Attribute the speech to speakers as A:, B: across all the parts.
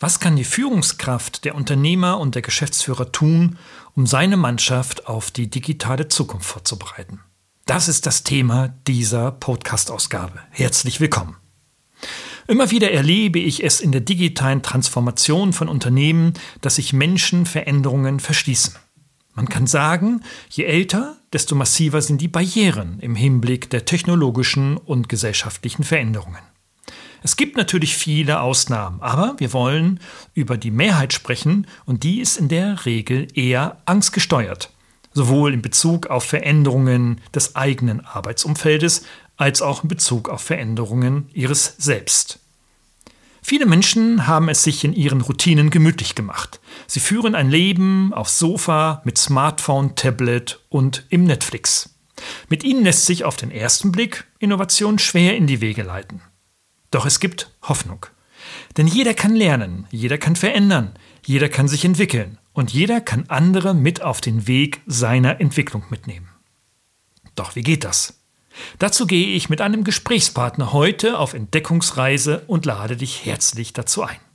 A: Was kann die Führungskraft, der Unternehmer und der Geschäftsführer tun, um seine Mannschaft auf die digitale Zukunft vorzubereiten? Das ist das Thema dieser Podcast-Ausgabe. Herzlich willkommen. Immer wieder erlebe ich es in der digitalen Transformation von Unternehmen, dass sich Menschen Veränderungen verschließen. Man kann sagen, je älter, desto massiver sind die Barrieren im Hinblick der technologischen und gesellschaftlichen Veränderungen. Es gibt natürlich viele Ausnahmen, aber wir wollen über die Mehrheit sprechen und die ist in der Regel eher angstgesteuert. Sowohl in Bezug auf Veränderungen des eigenen Arbeitsumfeldes als auch in Bezug auf Veränderungen ihres Selbst. Viele Menschen haben es sich in ihren Routinen gemütlich gemacht. Sie führen ein Leben aufs Sofa mit Smartphone, Tablet und im Netflix. Mit ihnen lässt sich auf den ersten Blick Innovation schwer in die Wege leiten. Doch es gibt Hoffnung. Denn jeder kann lernen, jeder kann verändern, jeder kann sich entwickeln und jeder kann andere mit auf den Weg seiner Entwicklung mitnehmen. Doch wie geht das? Dazu gehe ich mit einem Gesprächspartner heute auf Entdeckungsreise und lade dich herzlich dazu ein.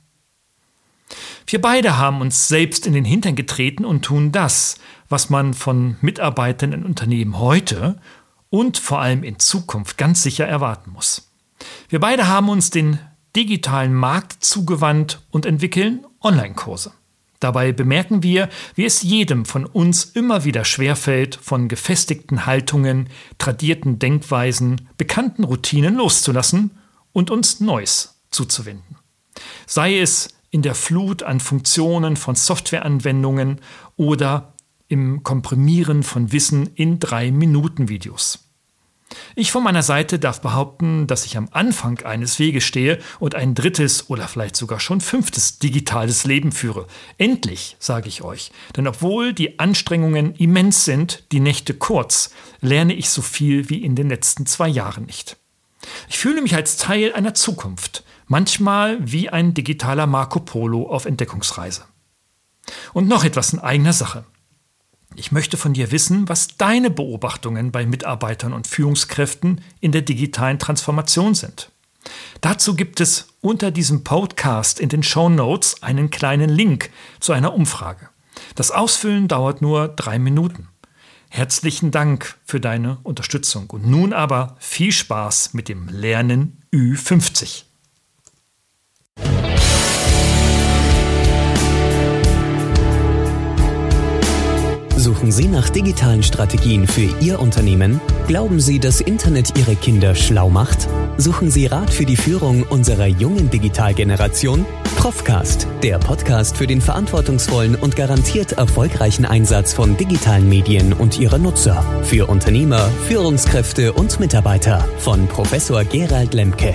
A: Wir beide haben uns selbst in den Hintern getreten und tun das, was man von Mitarbeitern in Unternehmen heute und vor allem in Zukunft ganz sicher erwarten muss. Wir beide haben uns den digitalen Markt zugewandt und entwickeln Online-Kurse. Dabei bemerken wir, wie es jedem von uns immer wieder schwerfällt, von gefestigten Haltungen, tradierten Denkweisen, bekannten Routinen loszulassen und uns Neues zuzuwenden. Sei es in der Flut an Funktionen von Softwareanwendungen oder im Komprimieren von Wissen in 3-Minuten-Videos. Ich von meiner Seite darf behaupten, dass ich am Anfang eines Weges stehe und ein drittes oder vielleicht sogar schon 5. digitales Leben führe. Endlich, sage ich euch. Denn obwohl die Anstrengungen immens sind, die Nächte kurz, lerne ich so viel wie in den letzten 2 Jahren nicht. Ich fühle mich als Teil einer Zukunft, manchmal wie ein digitaler Marco Polo auf Entdeckungsreise. Und noch etwas in eigener Sache. Ich möchte von dir wissen, was deine Beobachtungen bei Mitarbeitern und Führungskräften in der digitalen Transformation sind. Dazu gibt es unter diesem Podcast in den Shownotes einen kleinen Link zu einer Umfrage. Das Ausfüllen dauert nur 3 Minuten. Herzlichen Dank für deine Unterstützung und nun aber viel Spaß mit dem Lernen Ü50.
B: Suchen Sie nach digitalen Strategien für Ihr Unternehmen? Glauben Sie, dass Internet Ihre Kinder schlau macht? Suchen Sie Rat für die Führung unserer jungen Digitalgeneration? Profcast, der Podcast für den verantwortungsvollen und garantiert erfolgreichen Einsatz von digitalen Medien und ihrer Nutzer. Für Unternehmer, Führungskräfte und Mitarbeiter von Professor Gerald Lemke.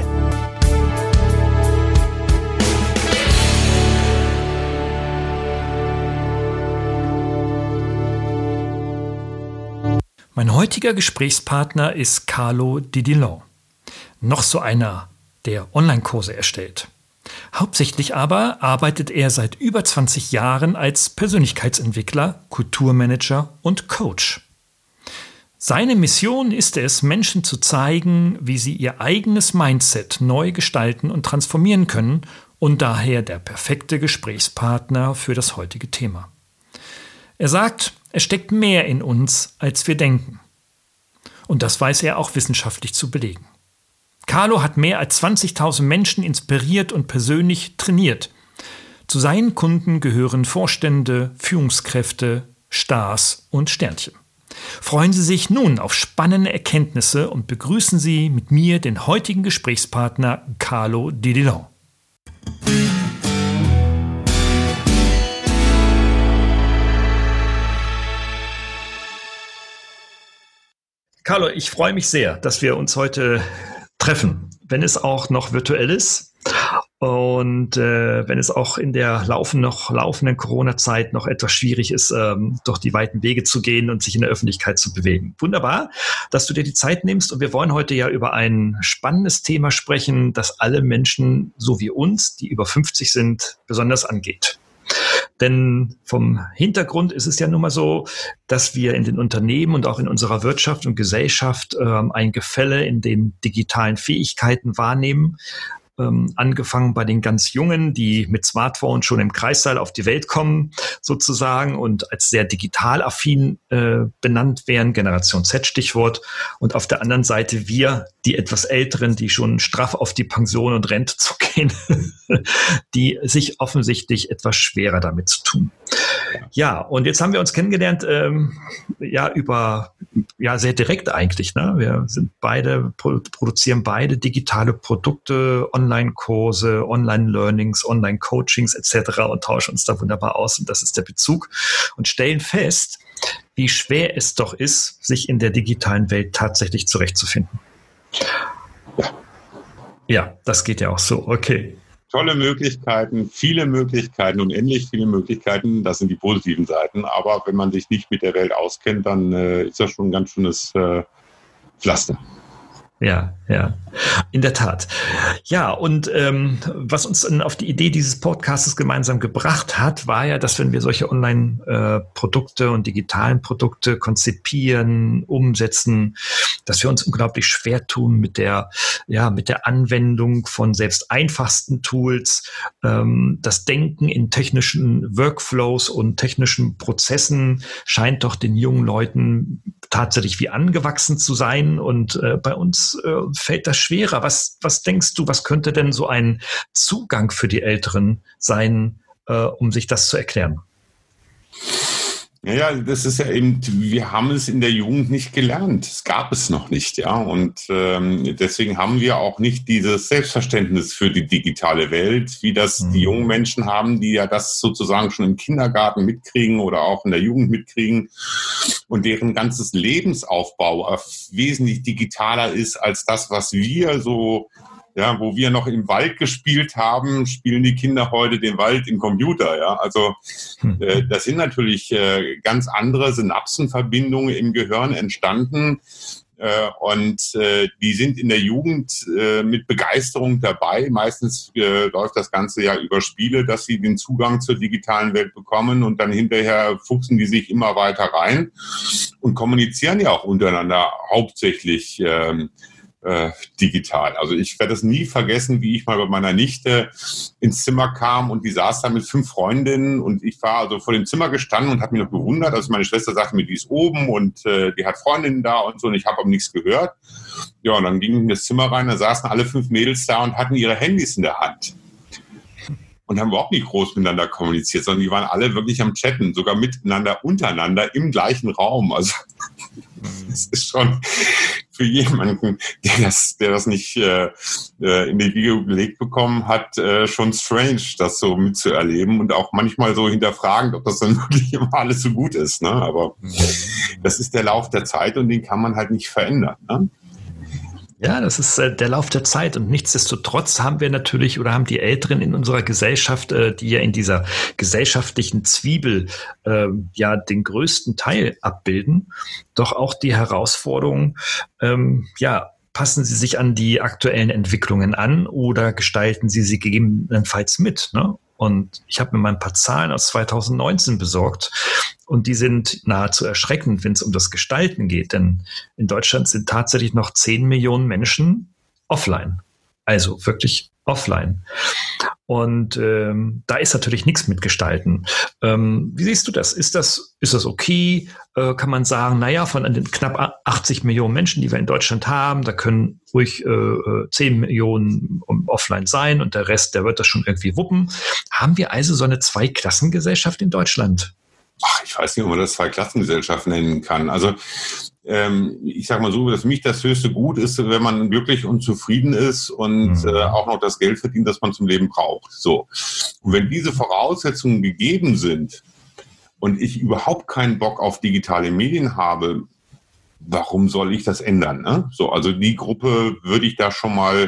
A: Mein heutiger Gesprächspartner ist Carlo Di Dillon. Noch so einer, der Online-Kurse erstellt. Hauptsächlich aber arbeitet er seit über 20 Jahren als Persönlichkeitsentwickler, Kulturmanager und Coach. Seine Mission ist es, Menschen zu zeigen, wie sie ihr eigenes Mindset neu gestalten und transformieren können und daher der perfekte Gesprächspartner für das heutige Thema. Er sagt, es steckt mehr in uns, als wir denken. Und das weiß er auch wissenschaftlich zu belegen. Carlo hat mehr als 20.000 Menschen inspiriert und persönlich trainiert. Zu seinen Kunden gehören Vorstände, Führungskräfte, Stars und Sternchen. Freuen Sie sich nun auf spannende Erkenntnisse und begrüßen Sie mit mir den heutigen Gesprächspartner Carlo Di Dillon. Carlo, ich freue mich sehr, dass wir uns heute treffen, wenn es auch noch virtuell ist und wenn es auch in der laufenden Corona-Zeit noch etwas schwierig ist, durch die weiten Wege zu gehen und sich in der Öffentlichkeit zu bewegen. Wunderbar, dass du dir die Zeit nimmst und wir wollen heute ja über ein spannendes Thema sprechen, das alle Menschen, so wie uns, die über 50 sind, besonders angeht. Denn vom Hintergrund ist es ja nun mal so, dass wir in den Unternehmen und auch in unserer Wirtschaft und Gesellschaft ein Gefälle in den digitalen Fähigkeiten wahrnehmen. angefangen bei den ganz Jungen, die mit Smartphone schon im Kreissaal auf die Welt kommen, sozusagen, und als sehr digital affin benannt werden, Generation Z Stichwort. Und auf der anderen Seite wir, die etwas Älteren, die schon straff auf die Pension und Rente zugehen, die sich offensichtlich etwas schwerer damit zu tun. Ja, und jetzt haben wir uns kennengelernt, sehr direkt eigentlich. Ne? Wir sind produzieren beide digitale Produkte, Online-Kurse, Online-Learnings, Online-Coachings etc. und tauschen uns da wunderbar aus. Und das ist der Bezug. Und stellen fest, wie schwer es doch ist, sich in der digitalen Welt tatsächlich zurechtzufinden. Ja, das geht ja auch so. Okay.
C: Tolle Möglichkeiten, viele Möglichkeiten, unendlich viele Möglichkeiten. Das sind die positiven Seiten. Aber wenn man sich nicht mit der Welt auskennt, dann ist das schon ein ganz schönes Pflaster.
A: Ja, in der Tat. Ja, und was uns auf die Idee dieses Podcasts gemeinsam gebracht hat, war ja, dass wenn wir solche Online-Produkte und digitalen Produkte konzipieren, umsetzen, dass wir uns unglaublich schwer tun mit der Anwendung von selbst einfachsten Tools. Das Denken in technischen Workflows und technischen Prozessen scheint doch den jungen Leuten tatsächlich wie angewachsen zu sein, und bei uns fällt das schwerer. Was denkst du, was könnte denn so ein Zugang für die Älteren sein, um sich das zu erklären?
C: Ja, das ist ja eben, wir haben es in der Jugend nicht gelernt. Es gab es noch nicht, ja. Und deswegen haben wir auch nicht dieses Selbstverständnis für die digitale Welt, wie das die jungen Menschen haben, die ja das sozusagen schon im Kindergarten mitkriegen oder auch in der Jugend mitkriegen und deren ganzes Lebensaufbau wesentlich digitaler ist als das, was wir so, ja, wo wir noch im Wald gespielt haben, spielen die Kinder heute den Wald im Computer. Ja, also das sind natürlich ganz andere Synapsenverbindungen im Gehirn entstanden, und die sind in der Jugend mit Begeisterung dabei. Meistens läuft das Ganze ja über Spiele, dass sie den Zugang zur digitalen Welt bekommen, und dann hinterher fuchsen die sich immer weiter rein und kommunizieren ja auch untereinander hauptsächlich digital. Also ich werde es nie vergessen, wie ich mal bei meiner Nichte ins Zimmer kam und die saß da mit 5 Freundinnen, und ich war also vor dem Zimmer gestanden und habe mich noch gewundert. Also meine Schwester sagte mir, die ist oben und die hat Freundinnen da und so, und ich habe aber nichts gehört. Ja, und dann ging ich in das Zimmer rein, da saßen alle 5 Mädels da und hatten ihre Handys in der Hand. Und haben überhaupt nicht groß miteinander kommuniziert, sondern die waren alle wirklich am Chatten, sogar miteinander, untereinander im gleichen Raum. Also das ist schon für jemanden, der das nicht in die Wiege gelegt bekommen hat, schon strange, das so mitzuerleben und auch manchmal so hinterfragend, ob das dann wirklich immer alles so gut ist. Ne? Aber das ist der Lauf der Zeit, und den kann man halt nicht verändern. Ne?
A: Ja, das ist der Lauf der Zeit, und nichtsdestotrotz haben wir natürlich oder haben die Älteren in unserer Gesellschaft, die ja in dieser gesellschaftlichen Zwiebel den größten Teil abbilden, doch auch die Herausforderung, passen Sie sich an die aktuellen Entwicklungen an oder gestalten Sie sie gegebenenfalls mit, ne? Und ich habe mir mal ein paar Zahlen aus 2019 besorgt, und die sind nahezu erschreckend, wenn es um das Gestalten geht. Denn in Deutschland sind tatsächlich noch 10 Millionen Menschen offline. Also wirklich offline. Und da ist natürlich nichts mit Gestalten. Wie siehst du das? Ist das okay? Kann man sagen, naja, von den knapp 80 Millionen Menschen, die wir in Deutschland haben, da können ruhig 10 Millionen offline sein, und der Rest, der wird das schon irgendwie wuppen. Haben wir also so eine Zweiklassengesellschaft in Deutschland?
C: Ich weiß nicht, ob man das Zweiklassengesellschaft nennen kann. Also ich sage mal so, dass mich das höchste Gut ist, wenn man glücklich und zufrieden ist und auch noch das Geld verdient, das man zum Leben braucht. So. Und wenn diese Voraussetzungen gegeben sind und ich überhaupt keinen Bock auf digitale Medien habe, warum soll ich das ändern? Ne? So, also die Gruppe würde ich da schon mal...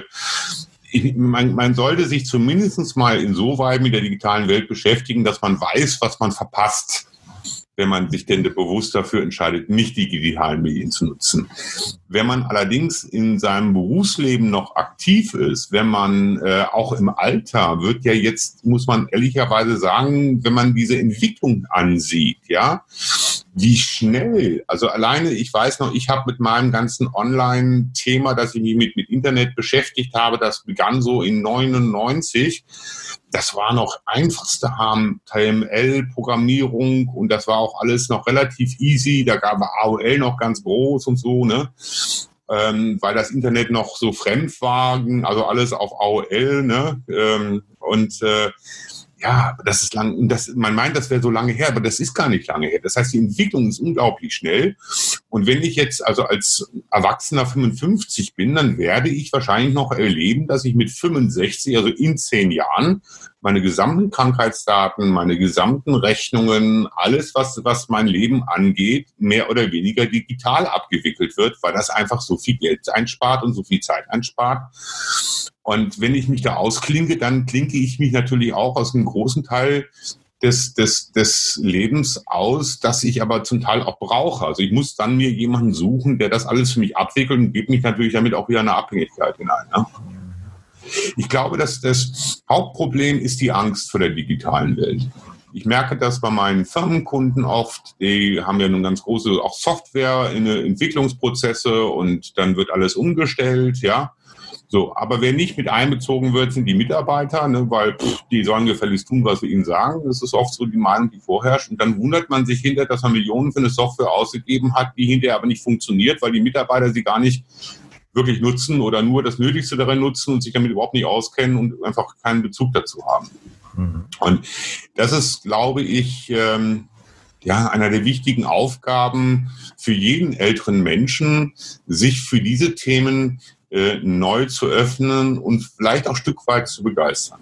C: Man sollte sich zumindest mal insoweit mit der digitalen Welt beschäftigen, dass man weiß, was man verpasst, wenn man sich denn bewusst dafür entscheidet, nicht die digitalen Medien zu nutzen. Wenn man allerdings in seinem Berufsleben noch aktiv ist, wenn man auch im Alter wird ja jetzt, muss man ehrlicherweise sagen, wenn man diese Entwicklung ansieht, ja, wie schnell, also alleine, ich weiß noch, ich habe mit meinem ganzen Online-Thema, dass ich mich mit Internet beschäftigt habe, das begann so in 99. Das war noch einfachste HTML-Programmierung und das war auch alles noch relativ easy. Da gab es AOL noch ganz groß und so, ne? Weil das Internet noch so fremd war, also alles auf AOL, ne? Ja, das ist lang, und man meint, das wäre so lange her, aber das ist gar nicht lange her. Das heißt, die Entwicklung ist unglaublich schnell. Und wenn ich jetzt also als Erwachsener 55 bin, dann werde ich wahrscheinlich noch erleben, dass ich mit 65, also in 10 Jahren, meine gesamten Krankheitsdaten, meine gesamten Rechnungen, alles, was mein Leben angeht, mehr oder weniger digital abgewickelt wird, weil das einfach so viel Geld einspart und so viel Zeit einspart. Und wenn ich mich da ausklinke, dann klinke ich mich natürlich auch aus einem großen Teil des Lebens aus, das ich aber zum Teil auch brauche. Also ich muss dann mir jemanden suchen, der das alles für mich abwickelt und gibt mich natürlich damit auch wieder in eine Abhängigkeit hinein. Ne? Ich glaube, dass das Hauptproblem ist die Angst vor der digitalen Welt. Ich merke das bei meinen Firmenkunden oft. Die haben ja nun ganz große auch Software in Entwicklungsprozesse und dann wird alles umgestellt, ja. So, aber wer nicht mit einbezogen wird, sind die Mitarbeiter, ne, weil die sollen gefälligst tun, was wir ihnen sagen. Das ist oft so die Meinung, die vorherrscht. Und dann wundert man sich hinterher, dass man Millionen für eine Software ausgegeben hat, die hinterher aber nicht funktioniert, weil die Mitarbeiter sie gar nicht wirklich nutzen oder nur das Nötigste darin nutzen und sich damit überhaupt nicht auskennen und einfach keinen Bezug dazu haben. Mhm. Und das ist, glaube ich, einer der wichtigen Aufgaben für jeden älteren Menschen, sich für diese Themen neu zu öffnen und vielleicht auch ein Stück weit zu begeistern.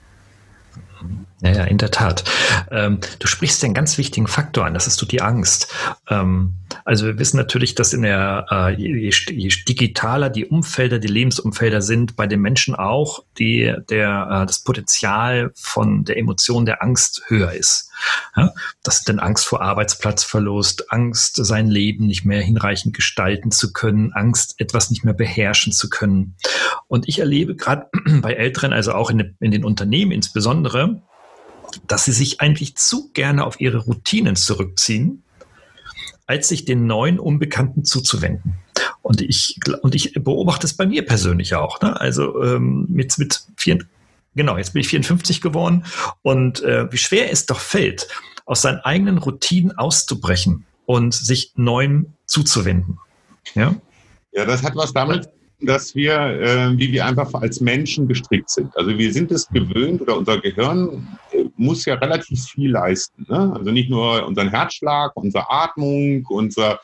A: Ja, in der Tat. Du sprichst den ganz wichtigen Faktor an, das ist die Angst. Also wir wissen natürlich, dass je digitaler die Umfelder, die Lebensumfelder sind, bei den Menschen auch das Potenzial von der Emotion der Angst höher ist. Ja? Das ist dann Angst vor Arbeitsplatzverlust, Angst, sein Leben nicht mehr hinreichend gestalten zu können, Angst, etwas nicht mehr beherrschen zu können. Und ich erlebe gerade bei Älteren, also auch in den Unternehmen insbesondere, dass sie sich eigentlich zu gerne auf ihre Routinen zurückziehen, als sich den neuen Unbekannten zuzuwenden. Und ich beobachte es bei mir persönlich auch. Ne? Also jetzt bin ich 54 geworden und wie schwer es doch fällt, aus seinen eigenen Routinen auszubrechen und sich neuem zuzuwenden. Ja,
C: das hat was damit, dass wir, wie wir einfach als Menschen gestrickt sind. Also wir sind es gewöhnt, oder unser Gehirn muss ja relativ viel leisten. Ne? Also nicht nur unseren Herzschlag, unsere Atmung, unser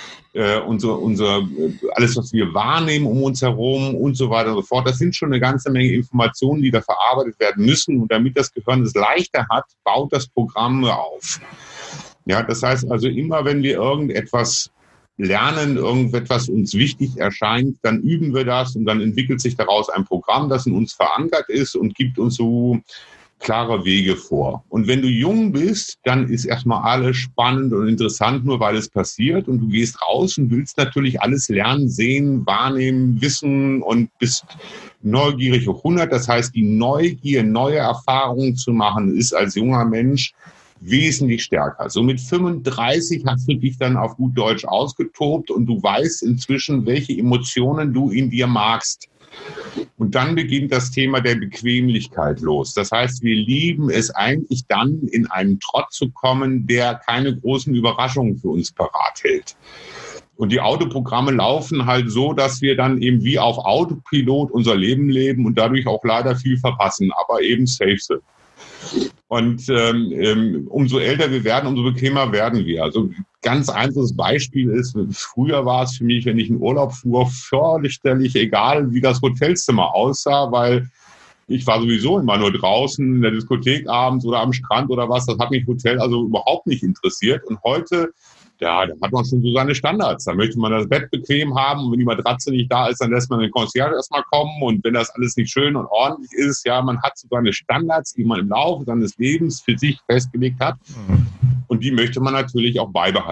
C: alles, was wir wahrnehmen um uns herum und so weiter und so fort. Das sind schon eine ganze Menge Informationen, die da verarbeitet werden müssen. Und damit das Gehirn es leichter hat, baut das Programm auf. Ja, das heißt also, immer wenn wir irgendetwas lernen, irgendetwas uns wichtig erscheint, dann üben wir das und dann entwickelt sich daraus ein Programm, das in uns verankert ist und gibt uns so klare Wege vor. Und wenn du jung bist, dann ist erstmal alles spannend und interessant, nur weil es passiert, und du gehst raus und willst natürlich alles lernen, sehen, wahrnehmen, wissen und bist neugierig hoch 100. Das heißt, die Neugier, neue Erfahrungen zu machen, ist als junger Mensch wesentlich stärker. So mit 35 hast du dich dann auf gut Deutsch ausgetobt und du weißt inzwischen, welche Emotionen du in dir magst. Und dann beginnt das Thema der Bequemlichkeit los. Das heißt, wir lieben es eigentlich dann, in einen Trott zu kommen, der keine großen Überraschungen für uns parat hält. Und die Autoprogramme laufen halt so, dass wir dann eben wie auf Autopilot unser Leben leben und dadurch auch leider viel verpassen, aber eben safe sind. Und umso älter wir werden, umso bequemer werden wir. Also ganz einfaches Beispiel ist, früher war es für mich, wenn ich in Urlaub fuhr, fürchterlich egal, wie das Hotelzimmer aussah, weil ich war sowieso immer nur draußen in der Diskothek abends oder am Strand oder was. Das hat mich Hotel also überhaupt nicht interessiert. Und heute, da hat man schon so seine Standards. Da möchte man das Bett bequem haben und wenn die Matratze nicht da ist, dann lässt man den Concierge erstmal kommen und wenn das alles nicht schön und ordentlich ist, ja, man hat so seine Standards, die man im Laufe seines Lebens für sich festgelegt hat und die möchte man natürlich auch beibehalten.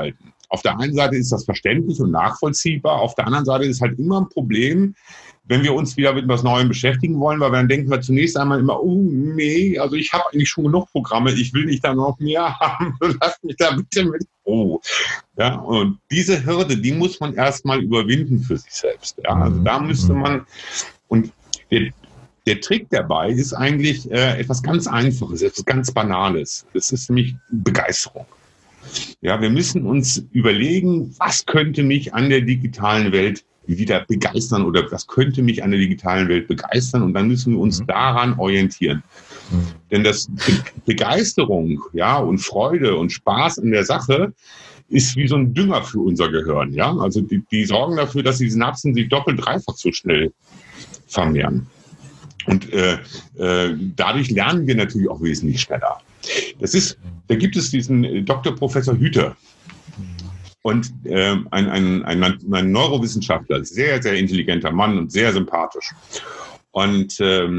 C: Auf der einen Seite ist das verständlich und nachvollziehbar, auf der anderen Seite ist halt immer ein Problem, wenn wir uns wieder mit etwas Neuem beschäftigen wollen, weil dann denken wir zunächst einmal immer, oh nee, also ich habe eigentlich schon genug Programme, ich will nicht da noch mehr haben, lasst mich da bitte mit. Oh. Ja, und diese Hürde, die muss man erstmal überwinden für sich selbst. Ja, also da müsste man, und der Trick dabei ist eigentlich etwas ganz Einfaches, etwas ganz Banales. Das ist nämlich Begeisterung. Ja, wir müssen uns überlegen, was könnte mich an der digitalen Welt wieder begeistern oder was könnte mich an der digitalen Welt begeistern, und dann müssen wir uns daran orientieren. Denn das Begeisterung, ja, und Freude und Spaß an der Sache ist wie so ein Dünger für unser Gehirn. Ja, also die sorgen dafür, dass die Synapsen sich doppelt, dreifach so schnell vermehren. Und dadurch lernen wir natürlich auch wesentlich schneller. Da gibt es diesen Dr. Professor Hüter. Und ein Neurowissenschaftler, sehr, sehr intelligenter Mann und sehr sympathisch. Und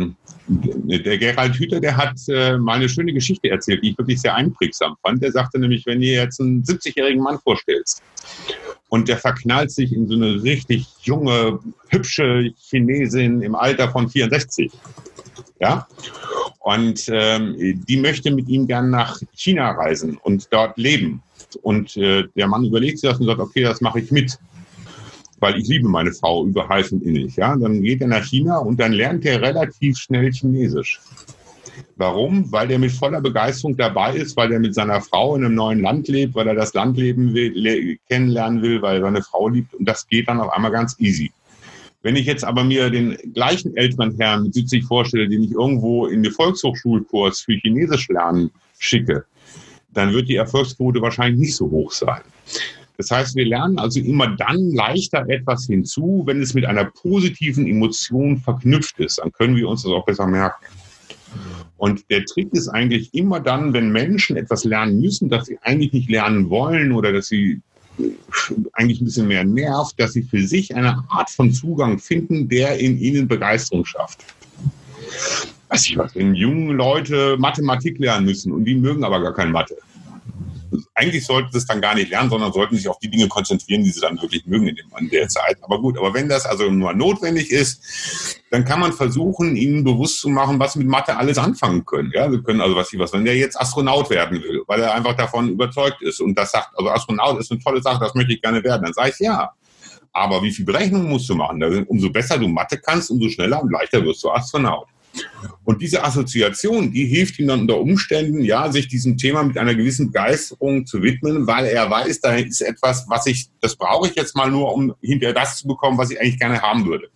C: der Gerald Hüther, der hat mal eine schöne Geschichte erzählt, die ich wirklich sehr einprägsam fand. Der sagte nämlich, wenn ihr jetzt einen 70-jährigen Mann vorstellst und der verknallt sich in so eine richtig junge, hübsche Chinesin im Alter von 64, ja, und die möchte mit ihm gern nach China reisen und dort leben. Und der Mann überlegt sich das und sagt, okay, das mache ich mit, weil ich liebe meine Frau über heiß und innig. Ja? Dann geht er nach China und dann lernt er relativ schnell Chinesisch. Warum? Weil er mit voller Begeisterung dabei ist, weil er mit seiner Frau in einem neuen Land lebt, weil er das Landleben kennenlernen will, weil er seine Frau liebt, und das geht dann auf einmal ganz easy. Wenn ich jetzt aber mir den gleichen älteren Herrn mit 70 vorstelle, den ich irgendwo in den Volkshochschulkurs für Chinesisch lernen schicke, dann wird die Erfolgsquote wahrscheinlich nicht so hoch sein. Das heißt, wir lernen also immer dann leichter etwas hinzu, wenn es mit einer positiven Emotion verknüpft ist. Dann können wir uns das auch besser merken. Und der Trick ist eigentlich immer dann, wenn Menschen etwas lernen müssen, das sie eigentlich nicht lernen wollen oder dass sie eigentlich ein bisschen mehr nervt, dass sie für sich eine Art von Zugang finden, der in ihnen Begeisterung schafft. Weiß ich was, wenn junge Leute Mathematik lernen müssen und die mögen aber gar kein Mathe. Eigentlich sollten sie es dann gar nicht lernen, sondern sollten sich auf die Dinge konzentrieren, die sie dann wirklich mögen in der Zeit. Aber gut, aber wenn das also nur notwendig ist, dann kann man versuchen, ihnen bewusst zu machen, was sie mit Mathe alles anfangen können. Ja, sie können also was, wenn der jetzt Astronaut werden will, weil er einfach davon überzeugt ist und das sagt, also Astronaut ist eine tolle Sache, das möchte ich gerne werden, dann sage ich ja. Aber wie viel Berechnungen musst du machen? Umso besser du Mathe kannst, umso schneller und leichter wirst du Astronaut. Und diese Assoziation, die hilft ihm dann unter Umständen, ja, sich diesem Thema mit einer gewissen Begeisterung zu widmen, weil er weiß, da ist etwas, das brauche ich jetzt mal nur, um hinterher das zu bekommen, was ich eigentlich gerne haben würde.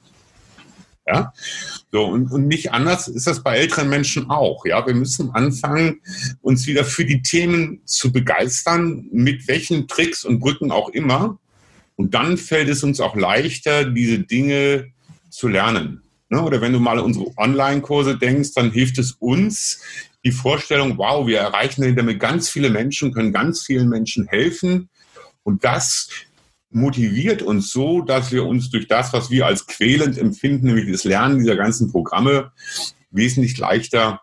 C: Ja, so, und nicht anders ist das bei älteren Menschen auch. Ja, wir müssen anfangen, uns wieder für die Themen zu begeistern, mit welchen Tricks und Brücken auch immer. Und dann fällt es uns auch leichter, diese Dinge zu lernen. Oder wenn du mal an unsere Online-Kurse denkst, dann hilft es uns, die Vorstellung, wow, wir erreichen damit ganz viele Menschen, können ganz vielen Menschen helfen. Und das motiviert uns so, dass wir uns durch das, was wir als quälend empfinden, nämlich das Lernen dieser ganzen Programme, wesentlich leichter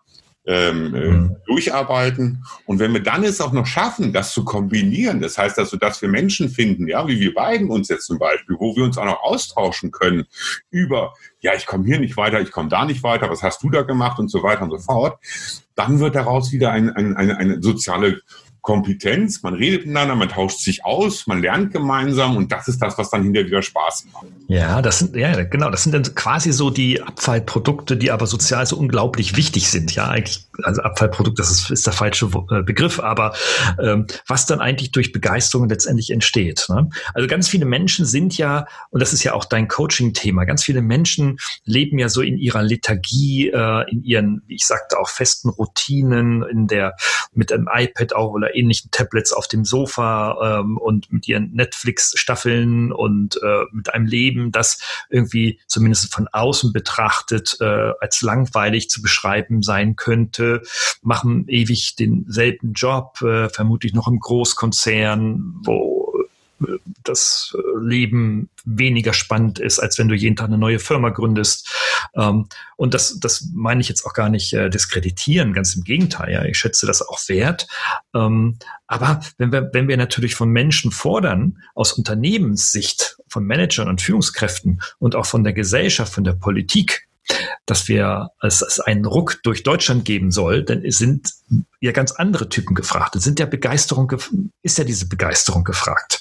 C: durcharbeiten. Und wenn wir dann es auch noch schaffen, das zu kombinieren, das heißt also, dass wir Menschen finden, ja, wie wir beiden uns jetzt zum Beispiel, wo wir uns auch noch austauschen können über, ja, ich komme hier nicht weiter, ich komme da nicht weiter, was hast du da gemacht und so weiter und so fort, dann wird daraus wieder eine soziale Kompetenz, man redet miteinander, man tauscht sich aus, man lernt gemeinsam, und das ist das, was dann hinterher wieder Spaß macht.
A: Ja, das sind dann quasi so die Abfallprodukte, die aber sozial so unglaublich wichtig sind. Ja, eigentlich, also Abfallprodukt, das ist der falsche Begriff, aber was dann eigentlich durch Begeisterung letztendlich entsteht. Ne? Also ganz viele Menschen sind ja, und das ist ja auch dein Coaching-Thema, ganz viele Menschen leben ja so in ihrer Lethargie, in ihren, wie ich sagte, auch festen Routinen, mit einem iPad auch oder ähnlichen Tablets auf dem Sofa und mit ihren Netflix-Staffeln und mit einem Leben, das irgendwie zumindest von außen betrachtet als langweilig zu beschreiben sein könnte, machen ewig denselben Job, vermutlich noch im Großkonzern, wo das Leben weniger spannend ist, als wenn du jeden Tag eine neue Firma gründest. Und das meine ich jetzt auch gar nicht diskreditieren, ganz im Gegenteil. Ja, ich schätze das auch wert. Aber wenn wir natürlich von Menschen fordern, aus Unternehmenssicht, von Managern und Führungskräften und auch von der Gesellschaft, von der Politik, dass wir es einen Ruck durch Deutschland geben soll, dann sind ja ganz andere Typen gefragt. Es ist ja diese Begeisterung gefragt.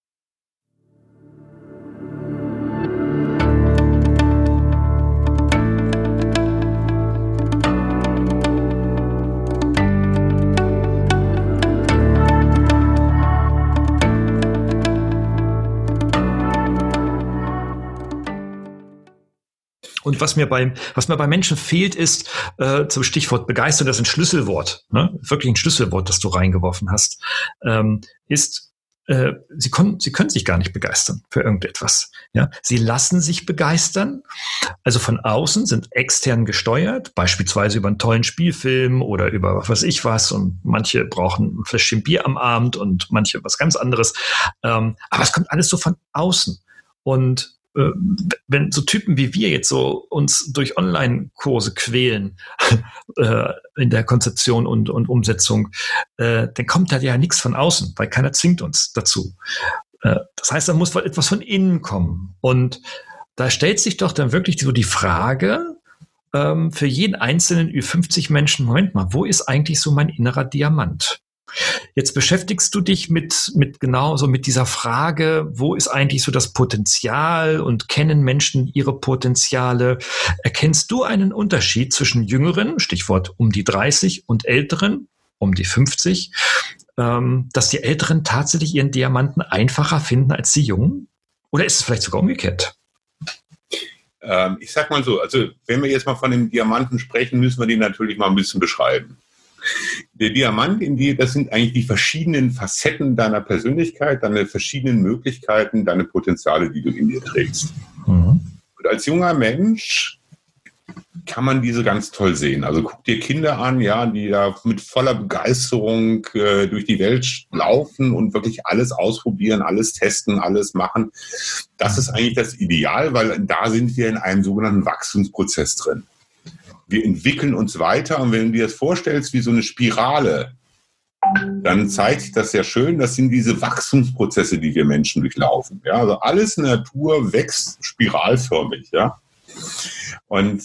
A: Und was mir bei Menschen fehlt, ist zum Stichwort Begeisterung, das ist ein Schlüsselwort, ne? Wirklich ein Schlüsselwort, das du reingeworfen hast, ist, sie können sich gar nicht begeistern für irgendetwas. Ja? Sie lassen sich begeistern, also von außen, sind extern gesteuert, beispielsweise über einen tollen Spielfilm oder über was weiß ich was, und manche brauchen ein Fläschchen Bier am Abend und manche was ganz anderes. Aber es kommt alles so von außen. Und wenn so Typen wie wir jetzt so uns durch Online-Kurse quälen in der Konzeption und Umsetzung, dann kommt da ja nichts von außen, weil keiner zwingt uns dazu. Das heißt, da muss etwas von innen kommen. Und da stellt sich doch dann wirklich so die Frage für jeden einzelnen Ü50-Menschen, Moment mal, wo ist eigentlich so mein innerer Diamant? Jetzt beschäftigst du dich mit dieser Frage, wo ist eigentlich so das Potenzial und kennen Menschen ihre Potenziale? Erkennst du einen Unterschied zwischen Jüngeren, Stichwort um die 30, und Älteren, um die 50, dass die Älteren tatsächlich ihren Diamanten einfacher finden als die Jungen? Oder ist es vielleicht sogar umgekehrt?
C: Ich sag mal so, also wenn wir jetzt mal von dem Diamanten sprechen, müssen wir den natürlich mal ein bisschen beschreiben. Der Diamant in dir, das sind eigentlich die verschiedenen Facetten deiner Persönlichkeit, deine verschiedenen Möglichkeiten, deine Potenziale, die du in dir trägst. Mhm. Und als junger Mensch kann man diese ganz toll sehen. Also guck dir Kinder an, ja, die da mit voller Begeisterung durch die Welt laufen und wirklich alles ausprobieren, alles testen, alles machen. Das ist eigentlich das Ideal, weil da sind wir in einem sogenannten Wachstumsprozess drin. Wir entwickeln uns weiter, und wenn du dir das vorstellst wie so eine Spirale, dann zeigt sich das sehr schön. Das sind diese Wachstumsprozesse, die wir Menschen durchlaufen. Ja, also alles in der Natur wächst spiralförmig. Ja, und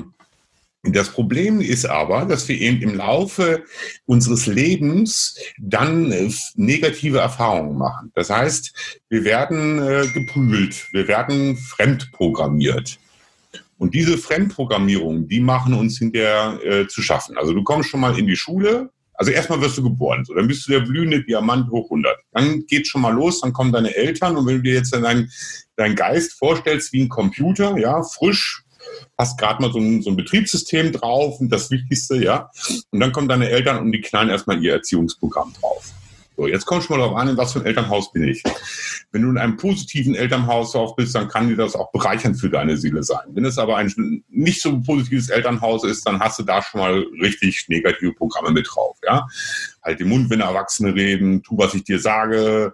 C: das Problem ist aber, dass wir eben im Laufe unseres Lebens dann negative Erfahrungen machen. Das heißt, wir werden geprügelt, wir werden fremdprogrammiert. Und diese Fremdprogrammierungen, die machen uns hinterher zu schaffen. Also du kommst schon mal in die Schule, also erstmal wirst du geboren, so, dann bist du der blühende Diamant hoch 100. Dann geht's schon mal los, dann kommen deine Eltern, und wenn du dir jetzt deinen Geist vorstellst wie ein Computer, ja, frisch, hast gerade mal so ein Betriebssystem drauf und das Wichtigste, ja, und dann kommen deine Eltern und die knallen erstmal ihr Erziehungsprogramm drauf. So, jetzt kommst du mal darauf an, in was für ein Elternhaus bin ich. Wenn du in einem positiven Elternhaus auch bist, dann kann dir das auch bereichernd für deine Seele sein. Wenn es aber ein nicht so positives Elternhaus ist, dann hast du da schon mal richtig negative Programme mit drauf. Ja? Halt den Mund, wenn Erwachsene reden, tu, was ich dir sage,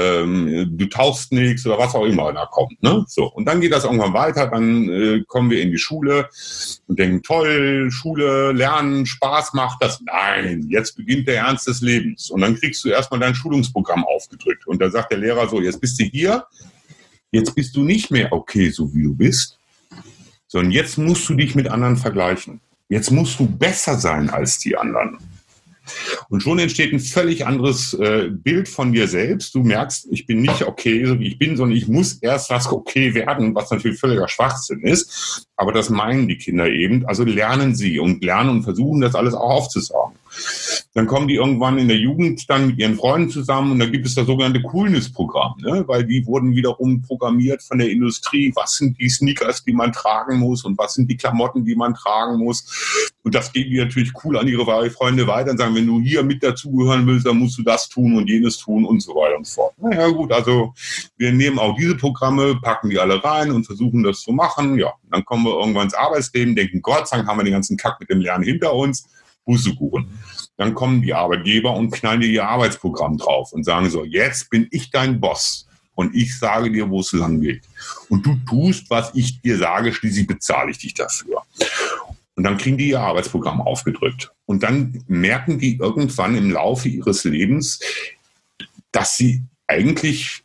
C: du tauchst nichts oder was auch immer da kommt. Ne? So, und dann geht das irgendwann weiter, dann kommen wir in die Schule und denken, toll, Schule, Lernen, Spaß macht das. Nein, jetzt beginnt der Ernst des Lebens. Und dann kriegst du erstmal dein Schulungsprogramm aufgedrückt. Und dann sagt der Lehrer so, jetzt bist du hier, jetzt bist du nicht mehr okay, so wie du bist, sondern jetzt musst du dich mit anderen vergleichen. Jetzt musst du besser sein als die anderen. Und schon entsteht ein völlig anderes Bild von dir selbst. Du merkst, ich bin nicht okay, so wie ich bin, sondern ich muss erst was okay werden, was natürlich völliger Schwachsinn ist. Aber das meinen die Kinder eben. Also lernen sie und versuchen, das alles auch aufzusaugen. Dann kommen die irgendwann in der Jugend dann mit ihren Freunden zusammen, und da gibt es das sogenannte Coolness-Programm, ne? Weil die wurden wiederum programmiert von der Industrie. Was sind die Sneakers, die man tragen muss, und was sind die Klamotten, die man tragen muss? Und das geben die natürlich cool an ihre Freunde weiter und sagen, wenn du hier mit dazugehören willst, dann musst du das tun und jenes tun und so weiter und so fort. Naja gut, also wir nehmen auch diese Programme, packen die alle rein und versuchen das zu machen. Ja, dann kommen wir irgendwann ins Arbeitsleben, denken, Gott sei Dank haben wir den ganzen Kack mit dem Lernen hinter uns. Pustekuchen. Dann kommen die Arbeitgeber und knallen dir ihr Arbeitsprogramm drauf und sagen so, jetzt bin ich dein Boss und ich sage dir, wo es lang geht. Und du tust, was ich dir sage, schließlich bezahle ich dich dafür. Und dann kriegen die ihr Arbeitsprogramm aufgedrückt. Und dann merken die irgendwann im Laufe ihres Lebens, dass sie eigentlich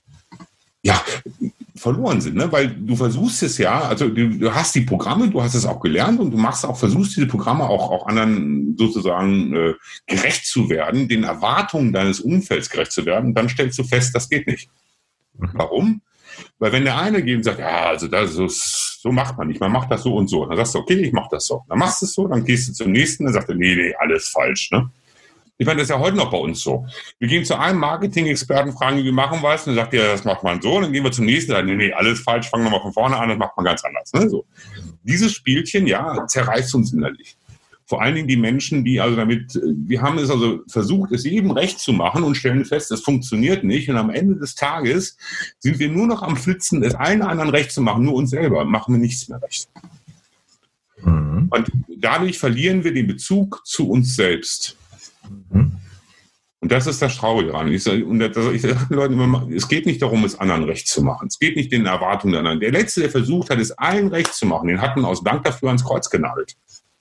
C: verloren sind, ne? Weil du versuchst es ja, also du hast die Programme, du hast es auch gelernt und du versuchst diese Programme auch anderen sozusagen gerecht zu werden, den Erwartungen deines Umfelds gerecht zu werden, dann stellst du fest, das geht nicht. Warum? Weil wenn der eine geht und sagt, ja, also so macht man nicht, man macht das so und so, dann sagst du, okay, ich mach das so. Dann machst du es so, dann gehst du zum nächsten, dann sagt er, nee, alles falsch, ne? Ich meine, das ist ja heute noch bei uns so. Wir gehen zu einem Marketing-Experten, fragen, wie wir machen was, und dann sagt er, das macht man so, und dann gehen wir zum nächsten, und sagen, nee, alles falsch, fangen wir mal von vorne an, das macht man ganz anders. Ne? So. Dieses Spielchen, zerreißt uns innerlich. Vor allen Dingen die Menschen, wir haben es also versucht, es jedem recht zu machen und stellen fest, es funktioniert nicht, und am Ende des Tages sind wir nur noch am Flitzen, es allen anderen recht zu machen, nur uns selber, machen wir nichts mehr recht. Mhm. Und dadurch verlieren wir den Bezug zu uns selbst. Und das ist das Traurige daran. Ich sage den Leuten immer, es geht nicht darum, es anderen recht zu machen. Es geht nicht den Erwartungen der anderen. Der Letzte, der versucht hat, es allen recht zu machen, den hat man aus Dank dafür ans Kreuz genagelt.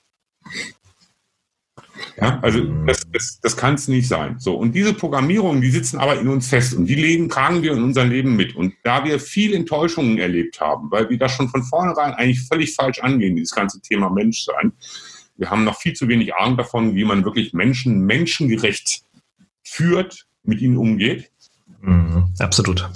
C: Ja, also das kann es nicht sein. So, und diese Programmierungen, die sitzen aber in uns fest und die tragen wir in unserem Leben mit. Und da wir viel Enttäuschungen erlebt haben, weil wir das schon von vornherein eigentlich völlig falsch angehen, dieses ganze Thema Menschsein, wir haben noch viel zu wenig Ahnung davon, wie man wirklich Menschen menschengerecht führt, mit ihnen umgeht.
B: Absolut.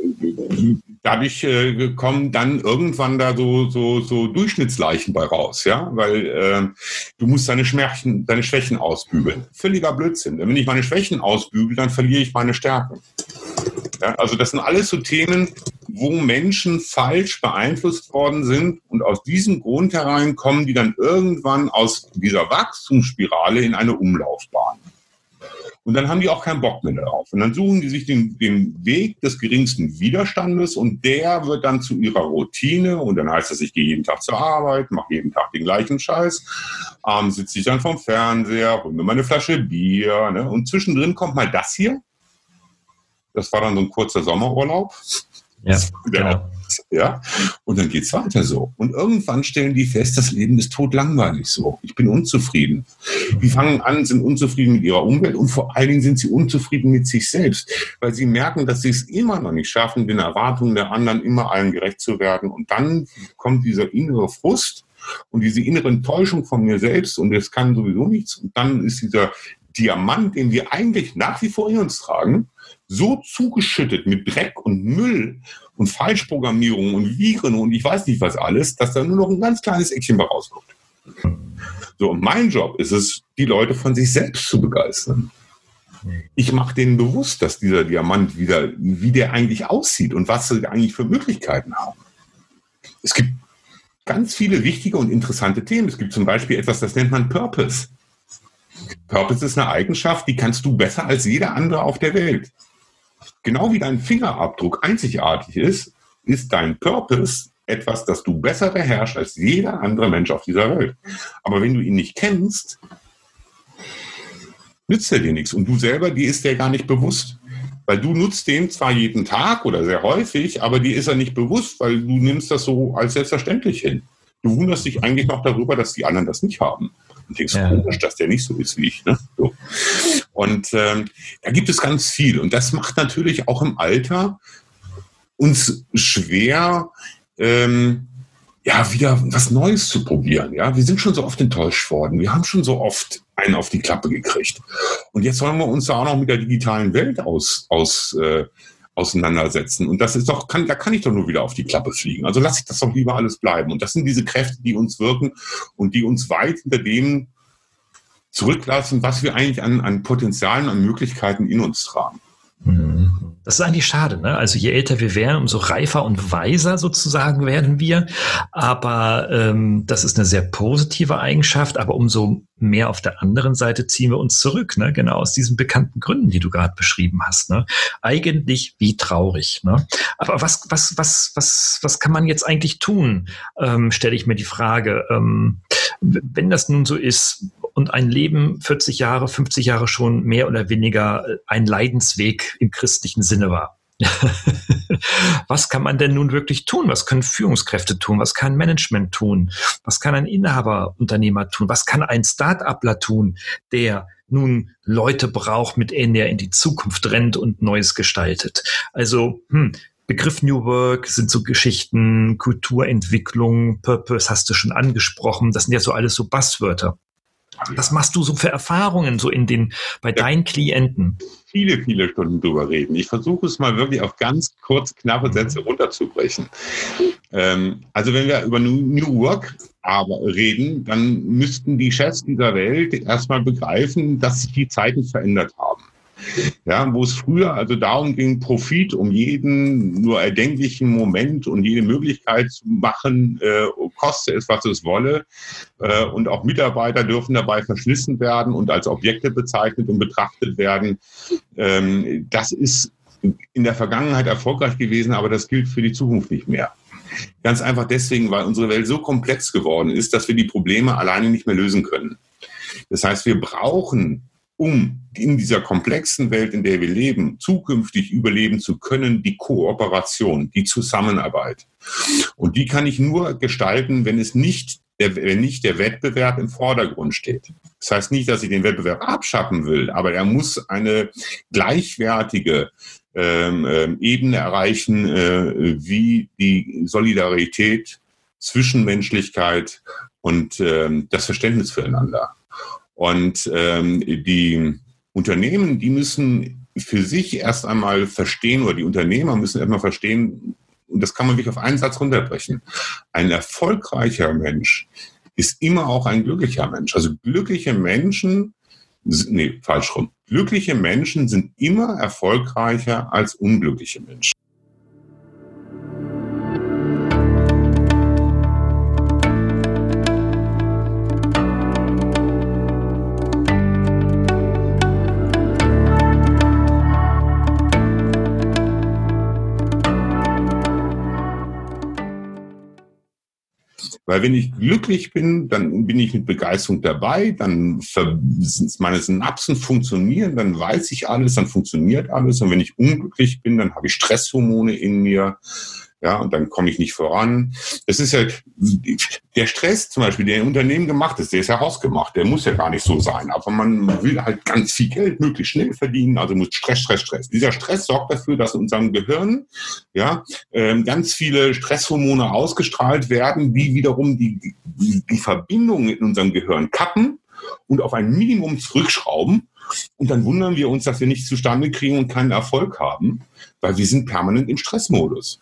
C: Dadurch kommen dann irgendwann da so Durchschnittsleichen bei raus, ja, weil du musst deine Schwächen ausbügeln. Völliger Blödsinn. Wenn ich meine Schwächen ausbügel, dann verliere ich meine Stärken. Ja, also das sind alles so Themen, wo Menschen falsch beeinflusst worden sind und aus diesem Grund herein kommen die dann irgendwann aus dieser Wachstumsspirale in eine Umlaufbahn. Und dann haben die auch keinen Bock mehr darauf. Und dann suchen die sich den Weg des geringsten Widerstandes und der wird dann zu ihrer Routine. Und dann heißt es, ich gehe jeden Tag zur Arbeit, mache jeden Tag den gleichen Scheiß. Abends sitze ich dann vorm Fernseher, hole mir meine Flasche Bier. Ne? Und zwischendrin kommt mal das hier. Das war dann so ein kurzer Sommerurlaub.
B: Ja, genau.
C: Ja, und dann geht's weiter so. Und irgendwann stellen die fest, das Leben ist totlangweilig so. Ich bin unzufrieden. Die fangen an, sind unzufrieden mit ihrer Umwelt und vor allen Dingen sind sie unzufrieden mit sich selbst, weil sie merken, dass sie es immer noch nicht schaffen, den Erwartungen der anderen immer allen gerecht zu werden. Und dann kommt dieser innere Frust und diese innere Enttäuschung von mir selbst und es kann sowieso nichts. Und dann ist dieser Diamant, den wir eigentlich nach wie vor in uns tragen, so zugeschüttet mit Dreck und Müll und Falschprogrammierung und Viren und ich weiß nicht was alles, dass da nur noch ein ganz kleines Eckchen bei rauskommt. So, und mein Job ist es, die Leute von sich selbst zu begeistern. Ich mache denen bewusst, dass dieser Diamant wie der eigentlich aussieht und was sie eigentlich für Möglichkeiten haben. Es gibt ganz viele wichtige und interessante Themen. Es gibt zum Beispiel etwas, das nennt man Purpose. Purpose ist eine Eigenschaft, die kannst du besser als jeder andere auf der Welt. Genau wie dein Fingerabdruck einzigartig ist dein Purpose etwas, das du besser beherrschst als jeder andere Mensch auf dieser Welt. Aber wenn du ihn nicht kennst, nützt er dir nichts. Und du selber, dir ist der gar nicht bewusst. Weil du nutzt den zwar jeden Tag oder sehr häufig, aber dir ist er nicht bewusst, weil du nimmst das so als selbstverständlich hin. Du wunderst dich eigentlich noch darüber, dass die anderen das nicht haben. Und denkst, komisch, dass der nicht so ist wie ich. Ne? So. Und da gibt es ganz viel. Und das macht natürlich auch im Alter uns schwer, wieder was Neues zu probieren. Ja? Wir sind schon so oft enttäuscht worden. Wir haben schon so oft einen auf die Klappe gekriegt. Und jetzt wollen wir uns da auch noch mit der digitalen Welt auseinandersetzen. Und das ist doch, da kann ich doch nur wieder auf die Klappe fliegen. Also lasse ich das doch lieber alles bleiben. Und das sind diese Kräfte, die uns wirken und die uns weit hinter dem zurücklassen, was wir eigentlich an Potenzialen, an Möglichkeiten in uns tragen.
B: Das ist eigentlich schade, ne? Also je älter wir werden, umso reifer und weiser sozusagen werden wir. Aber das ist eine sehr positive Eigenschaft, aber umso mehr auf der anderen Seite ziehen wir uns zurück, ne? Genau aus diesen bekannten Gründen, die du gerade beschrieben hast, ne? Eigentlich wie traurig, ne? Aber was kann man jetzt eigentlich tun? Stelle ich mir die Frage, wenn das nun so ist,
A: und ein Leben 40 Jahre, 50 Jahre schon mehr oder weniger ein Leidensweg im christlichen Sinne war. Was kann man denn nun wirklich tun? Was können Führungskräfte tun? Was kann Management tun? Was kann ein Inhaberunternehmer tun? Was kann ein Start-upler tun, der nun Leute braucht, mit denen er in die Zukunft rennt und Neues gestaltet? Also, Begriff New Work sind so Geschichten, Kulturentwicklung, Purpose hast du schon angesprochen. Das sind ja so alles so Buzzwörter. Was machst du so für Erfahrungen so bei deinen Klienten?
C: Viele, viele Stunden drüber reden. Ich versuche es mal wirklich auf ganz kurz, knappe Sätze runterzubrechen. Also wenn wir über New Work reden, dann müssten die Chefs dieser Welt erstmal begreifen, dass sich die Zeiten verändert haben. Ja, wo es früher also darum ging, Profit um jeden nur erdenklichen Moment und jede Möglichkeit zu machen, koste es, was es wolle. Und auch Mitarbeiter dürfen dabei verschlissen werden und als Objekte bezeichnet und betrachtet werden. Das ist in der Vergangenheit erfolgreich gewesen, aber das gilt für die Zukunft nicht mehr. Ganz einfach deswegen, weil unsere Welt so komplex geworden ist, dass wir die Probleme alleine nicht mehr lösen können. Das heißt, wir brauchen, um in dieser komplexen Welt, in der wir leben, zukünftig überleben zu können, die Kooperation, die Zusammenarbeit. Und die kann ich nur gestalten, wenn nicht der Wettbewerb im Vordergrund steht. Das heißt nicht, dass ich den Wettbewerb abschaffen will, aber er muss eine gleichwertige Ebene erreichen, wie die Solidarität, Zwischenmenschlichkeit und das Verständnis füreinander. Und die Unternehmen, die müssen für sich erst einmal verstehen, oder die Unternehmer müssen erstmal verstehen, und das kann man wirklich auf einen Satz runterbrechen: Ein erfolgreicher Mensch ist immer auch ein glücklicher Mensch. Also glückliche Menschen, glückliche Menschen sind immer erfolgreicher als unglückliche Menschen. Weil wenn ich glücklich bin, dann bin ich mit Begeisterung dabei, dann meine Synapsen funktionieren, dann weiß ich alles, dann funktioniert alles. Und wenn ich unglücklich bin, dann habe ich Stresshormone in mir, ja, und dann komme ich nicht voran. Das ist ja der Stress zum Beispiel, der im Unternehmen gemacht ist, der ist ja hausgemacht, der muss ja gar nicht so sein. Aber man will halt ganz viel Geld möglichst schnell verdienen, also muss Stress. Dieser Stress sorgt dafür, dass in unserem Gehirn ganz viele Stresshormone ausgestrahlt werden, die wiederum die Verbindungen in unserem Gehirn kappen und auf ein Minimum zurückschrauben. Und dann wundern wir uns, dass wir nichts zustande kriegen und keinen Erfolg haben, weil wir sind permanent im Stressmodus.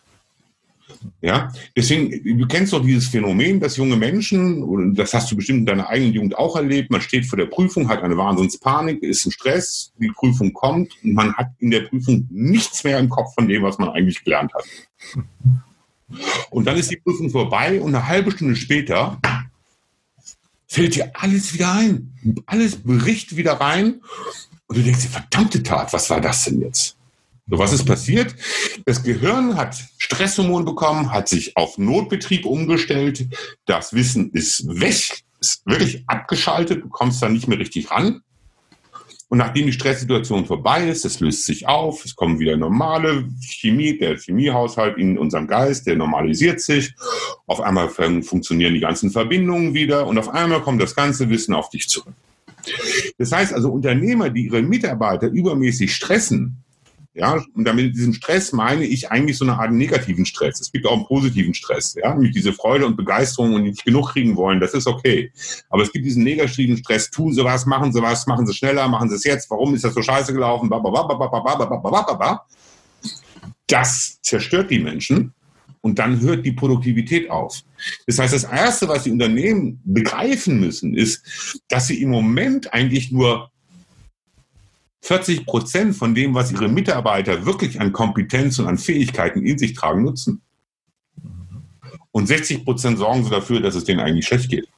C: Ja, deswegen, du kennst doch dieses Phänomen, dass junge Menschen, und das hast du bestimmt in deiner eigenen Jugend auch erlebt, man steht vor der Prüfung, hat eine Wahnsinnspanik, ist ein Stress, die Prüfung kommt und man hat in der Prüfung nichts mehr im Kopf von dem, was man eigentlich gelernt hat. Und dann ist die Prüfung vorbei und eine halbe Stunde später fällt dir alles wieder ein. Alles bricht wieder rein und du denkst dir, verdammte Tat, was war das denn jetzt? So, was ist passiert? Das Gehirn hat Stresshormone bekommen, hat sich auf Notbetrieb umgestellt. Das Wissen ist weg, ist wirklich abgeschaltet, du kommst da nicht mehr richtig ran. Und nachdem die Stresssituation vorbei ist, es löst sich auf, es kommt wieder normale Chemie, der Chemiehaushalt in unserem Geist, der normalisiert sich. Auf einmal funktionieren die ganzen Verbindungen wieder und auf einmal kommt das ganze Wissen auf dich zurück. Das heißt also, Unternehmer, die ihre Mitarbeiter übermäßig stressen, ja, und damit diesem Stress meine ich eigentlich so eine Art negativen Stress. Es gibt auch einen positiven Stress, ja, mit diese Freude und Begeisterung und nicht genug kriegen wollen, das ist okay. Aber es gibt diesen negativen Stress, tun Sie was, machen Sie schneller, machen Sie es jetzt, warum ist das so scheiße gelaufen, das zerstört die Menschen und dann hört die Produktivität auf. Das heißt, das Erste, was die Unternehmen begreifen müssen, ist, dass sie im Moment eigentlich nur 40% von dem, was ihre Mitarbeiter wirklich an Kompetenz und an Fähigkeiten in sich tragen, nutzen. Und 60% sorgen sie dafür, dass es denen eigentlich schlecht geht.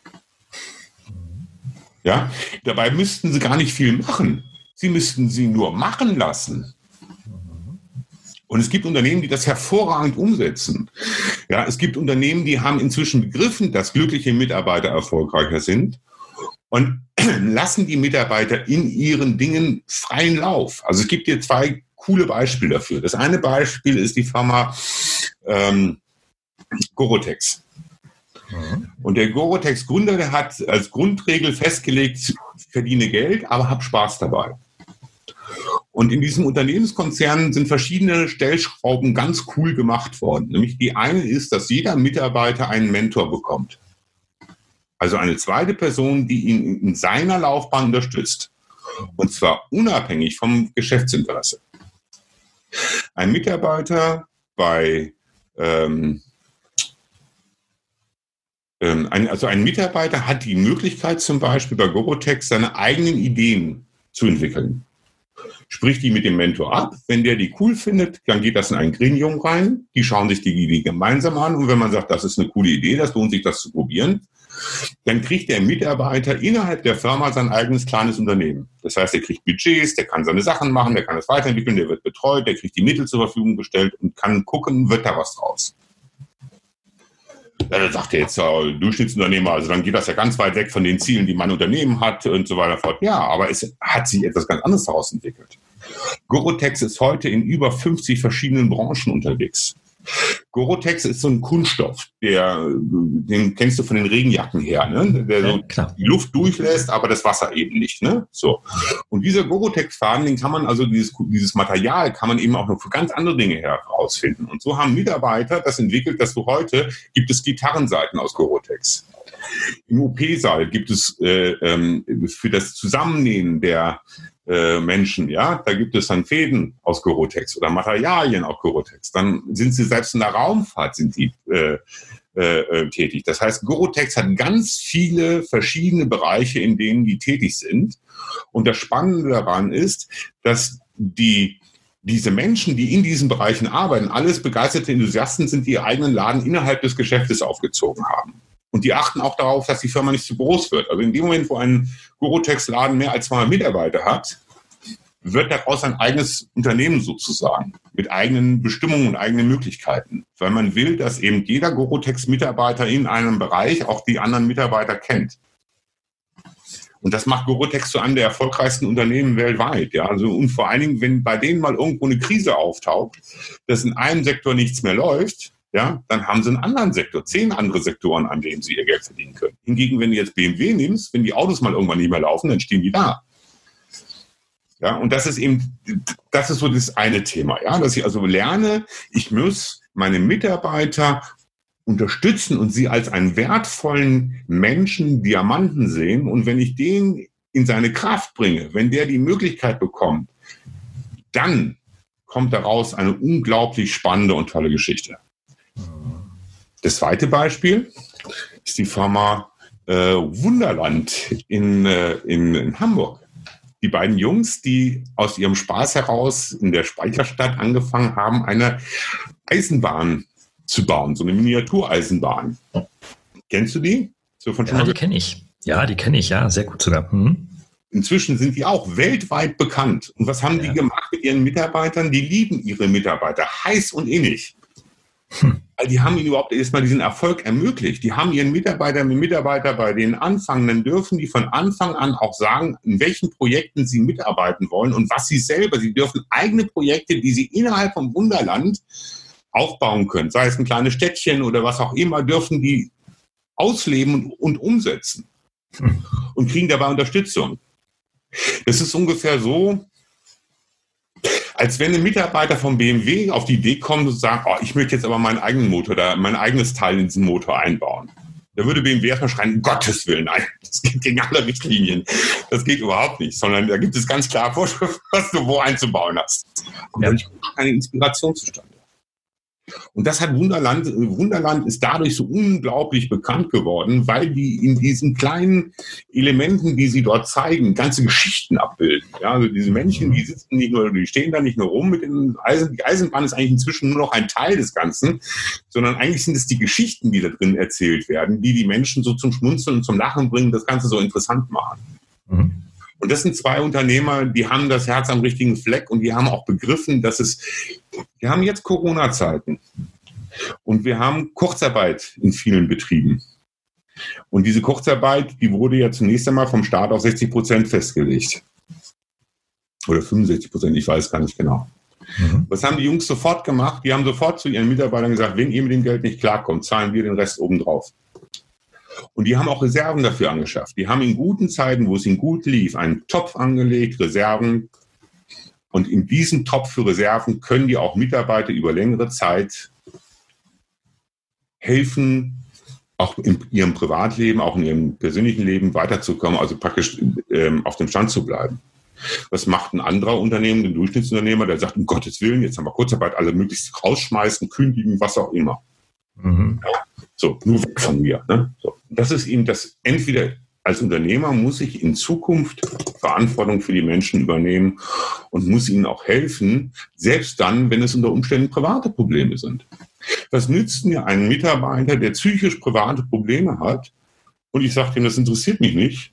C: Ja? Dabei müssten sie gar nicht viel machen. Sie müssten sie nur machen lassen. Und es gibt Unternehmen, die das hervorragend umsetzen. Ja, es gibt Unternehmen, die haben inzwischen begriffen, dass glückliche Mitarbeiter erfolgreicher sind. und lassen die Mitarbeiter in ihren Dingen freien Lauf. Also es gibt hier 2 coole Beispiele dafür. Das eine Beispiel ist die Firma Gorotex. Und der Gorotex-Gründer, der hat als Grundregel festgelegt, verdiene Geld, aber hab Spaß dabei. Und in diesem Unternehmenskonzern sind verschiedene Stellschrauben ganz cool gemacht worden. Nämlich die eine ist, dass jeder Mitarbeiter einen Mentor bekommt. Also eine zweite Person, die ihn in seiner Laufbahn unterstützt. Und zwar unabhängig vom Geschäftsinteresse. Ein Mitarbeiter ein Mitarbeiter hat die Möglichkeit zum Beispiel bei Gorotex seine eigenen Ideen zu entwickeln. Spricht die mit dem Mentor ab. Wenn der die cool findet, dann geht das in ein Gremium rein. Die schauen sich die Idee gemeinsam an. Und wenn man sagt, das ist eine coole Idee, das lohnt sich, das zu probieren, dann kriegt der Mitarbeiter innerhalb der Firma sein eigenes kleines Unternehmen. Das heißt, er kriegt Budgets, der kann seine Sachen machen, der kann es weiterentwickeln, der wird betreut, der kriegt die Mittel zur Verfügung gestellt und kann gucken, wird da was draus. Ja, da sagt er jetzt Durchschnittsunternehmer, also dann geht das ja ganz weit weg von den Zielen, die mein Unternehmen hat und so weiter fort. Ja, aber es hat sich etwas ganz anderes daraus entwickelt. Gorotex ist heute in über 50 verschiedenen Branchen unterwegs. Gorotex ist so ein Kunststoff, den kennst du von den Regenjacken her, ne? Der so die Luft durchlässt, aber das Wasser eben nicht, ne? So. Und dieser Gorotex-Faden, den kann man also dieses Material kann man eben auch noch für ganz andere Dinge herausfinden. Und so haben Mitarbeiter das entwickelt, dass du heute gibt es Gitarrenseiten aus Gorotex. Im OP-Saal gibt es für das Zusammennähen der Menschen, ja, da gibt es dann Fäden aus Gorotex oder Materialien aus Gorotex. Dann sind sie selbst in der Raumfahrt tätig. Das heißt, Gorotex hat ganz viele verschiedene Bereiche, in denen die tätig sind. Und das Spannende daran ist, dass diese Menschen, die in diesen Bereichen arbeiten, alles begeisterte Enthusiasten sind, die ihren eigenen Laden innerhalb des Geschäftes aufgezogen haben. Und die achten auch darauf, dass die Firma nicht zu groß wird. Also in dem Moment, wo ein Gorotex-Laden mehr als 200 Mitarbeiter hat, wird daraus ein eigenes Unternehmen sozusagen, mit eigenen Bestimmungen und eigenen Möglichkeiten. Weil man will, dass eben jeder Gorotex-Mitarbeiter in einem Bereich auch die anderen Mitarbeiter kennt. Und das macht Gorotex zu einem der erfolgreichsten Unternehmen weltweit. Ja? Also, und vor allen Dingen, wenn bei denen mal irgendwo eine Krise auftaucht, dass in einem Sektor nichts mehr läuft, ja, dann haben sie einen anderen Sektor, 10 andere Sektoren, an denen sie ihr Geld verdienen können. Hingegen, wenn du jetzt BMW nimmst, wenn die Autos mal irgendwann nicht mehr laufen, dann stehen die da. Ja, und das ist so das eine Thema, ja, dass ich also lerne, ich muss meine Mitarbeiter unterstützen und sie als einen wertvollen Menschen, Diamanten sehen. Und wenn ich den in seine Kraft bringe, wenn der die Möglichkeit bekommt, dann kommt daraus eine unglaublich spannende und tolle Geschichte. Das zweite Beispiel ist die Firma Wunderland in Hamburg. Die beiden Jungs, die aus ihrem Spaß heraus in der Speicherstadt angefangen haben, eine Eisenbahn zu bauen, so eine Miniatureisenbahn. Kennst du die?
A: Die kenne ich. Ja, die kenne ich, ja, sehr gut sogar.
C: Inzwischen sind die auch weltweit bekannt. Und was haben die gemacht mit ihren Mitarbeitern? Die lieben ihre Mitarbeiter heiß und innig. Weil die haben ihnen überhaupt erstmal diesen Erfolg ermöglicht. Die haben ihren Mitarbeiter bei denen anfangen, dann dürfen die von Anfang an auch sagen, in welchen Projekten sie mitarbeiten wollen und was sie dürfen eigene Projekte, die sie innerhalb vom Wunderland aufbauen können, sei es ein kleines Städtchen oder was auch immer, dürfen die ausleben und umsetzen und kriegen dabei Unterstützung. Das ist ungefähr so, als wenn ein Mitarbeiter vom BMW auf die Idee kommt und sagt, ich möchte jetzt aber meinen eigenen Motor, mein eigenes Teil in diesen Motor einbauen. Da würde BMW erstmal schreien, um Gottes Willen, nein, das geht gegen alle Richtlinien. Das geht überhaupt nicht, sondern da gibt es ganz klare Vorschriften, was du wo einzubauen hast. Und dadurch kommt keine Inspiration zustande. Und das hat Wunderland ist dadurch so unglaublich bekannt geworden, weil die in diesen kleinen Elementen, die sie dort zeigen, ganze Geschichten abbilden. Ja, also diese Menschen, die stehen da nicht nur rum mit den die Eisenbahn ist eigentlich inzwischen nur noch ein Teil des Ganzen, sondern eigentlich sind es die Geschichten, die da drin erzählt werden, die Menschen so zum Schmunzeln und zum Lachen bringen, das Ganze so interessant machen. Und das sind 2 Unternehmer, die haben das Herz am richtigen Fleck und die haben auch begriffen, wir haben jetzt Corona-Zeiten und wir haben Kurzarbeit in vielen Betrieben. Und diese Kurzarbeit, die wurde ja zunächst einmal vom Staat auf 60% festgelegt. Oder 65%, ich weiß gar nicht genau. Was haben die Jungs sofort gemacht? Die haben sofort zu ihren Mitarbeitern gesagt, wenn ihr mit dem Geld nicht klarkommt, zahlen wir den Rest obendrauf. Und die haben auch Reserven dafür angeschafft. Die haben in guten Zeiten, wo es ihnen gut lief, einen Topf angelegt, Reserven. Und in diesem Topf für Reserven können die auch Mitarbeiter über längere Zeit helfen, auch in ihrem Privatleben, auch in ihrem persönlichen Leben weiterzukommen, also praktisch auf dem Stand zu bleiben. Was macht ein anderer Unternehmen, ein Durchschnittsunternehmer, der sagt, um Gottes Willen, jetzt haben wir Kurzarbeit, alle möglichst rausschmeißen, kündigen, was auch immer. So, nur weg von mir. Ne? So. Das ist eben das, entweder als Unternehmer muss ich in Zukunft Verantwortung für die Menschen übernehmen und muss ihnen auch helfen, selbst dann, wenn es unter Umständen private Probleme sind. Was nützt mir ein Mitarbeiter, der psychisch private Probleme hat und ich sage ihm, das interessiert mich nicht?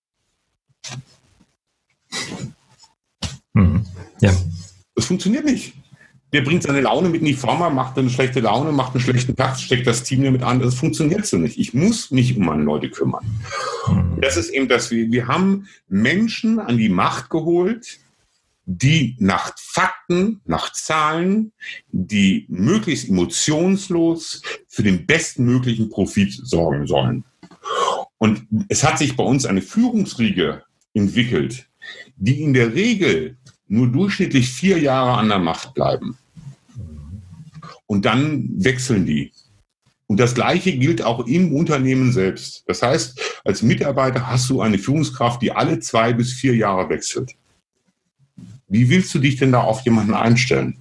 A: Ja.
C: Das funktioniert nicht. Der bringt seine Laune mit in die Firma, macht eine schlechte Laune, macht einen schlechten Tag, steckt das Team damit an. Das funktioniert so nicht. Ich muss mich um meine Leute kümmern. Das ist eben das, wir haben Menschen an die Macht geholt, die nach Fakten, nach Zahlen, die möglichst emotionslos für den bestmöglichen Profit sorgen sollen. Und es hat sich bei uns eine Führungsriege entwickelt, die in der Regel nur durchschnittlich 4 Jahre an der Macht bleiben. Und dann wechseln die. Und das Gleiche gilt auch im Unternehmen selbst. Das heißt, als Mitarbeiter hast du eine Führungskraft, die alle 2 bis 4 Jahre wechselt. Wie willst du dich denn da auf jemanden einstellen?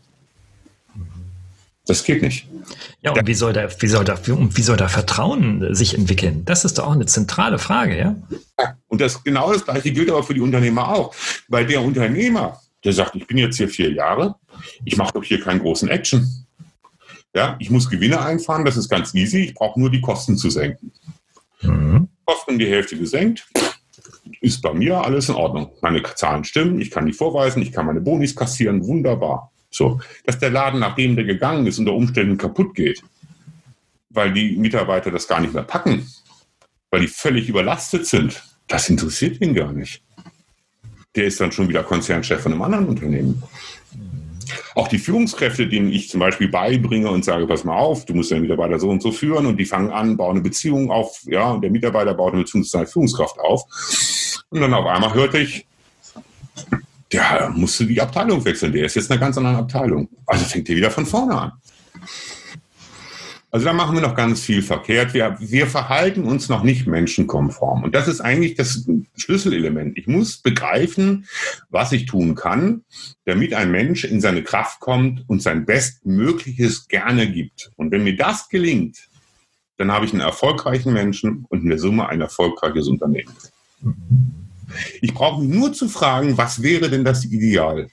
C: Das geht nicht.
A: Ja, und wie soll da Vertrauen sich entwickeln? Das ist doch auch eine zentrale Frage, ja?
C: Und genau das Gleiche gilt aber für die Unternehmer auch. Weil der Unternehmer, der sagt, ich bin jetzt hier 4 Jahre, ich mache doch hier keinen großen Action. Ja, ich muss Gewinne einfahren, das ist ganz easy, ich brauche nur die Kosten zu senken. Kosten um die Hälfte gesenkt, ist bei mir alles in Ordnung. Meine Zahlen stimmen, ich kann die vorweisen, ich kann meine Bonis kassieren, wunderbar. So, dass der Laden, nachdem der gegangen ist, unter Umständen kaputt geht, weil die Mitarbeiter das gar nicht mehr packen, weil die völlig überlastet sind, das interessiert ihn gar nicht. Der ist dann schon wieder Konzernchef von einem anderen Unternehmen. Auch die Führungskräfte, denen ich zum Beispiel beibringe und sage, pass mal auf, du musst deinen Mitarbeiter so und so führen und die fangen an, bauen eine Beziehung auf, ja, und der Mitarbeiter baut eine Beziehung zu seiner Führungskraft auf. Und dann auf einmal hörte ich, der musste die Abteilung wechseln, der ist jetzt in einer ganz anderen Abteilung. Also fängt der wieder von vorne an. Also da machen wir noch ganz viel verkehrt. Wir verhalten uns noch nicht menschenkonform. Und das ist eigentlich das Schlüsselelement. Ich muss begreifen, was ich tun kann, damit ein Mensch in seine Kraft kommt und sein Bestmögliches gerne gibt. Und wenn mir das gelingt, dann habe ich einen erfolgreichen Menschen und in der Summe ein erfolgreiches Unternehmen. Ich brauche mich nur zu fragen, was wäre denn das Ideal?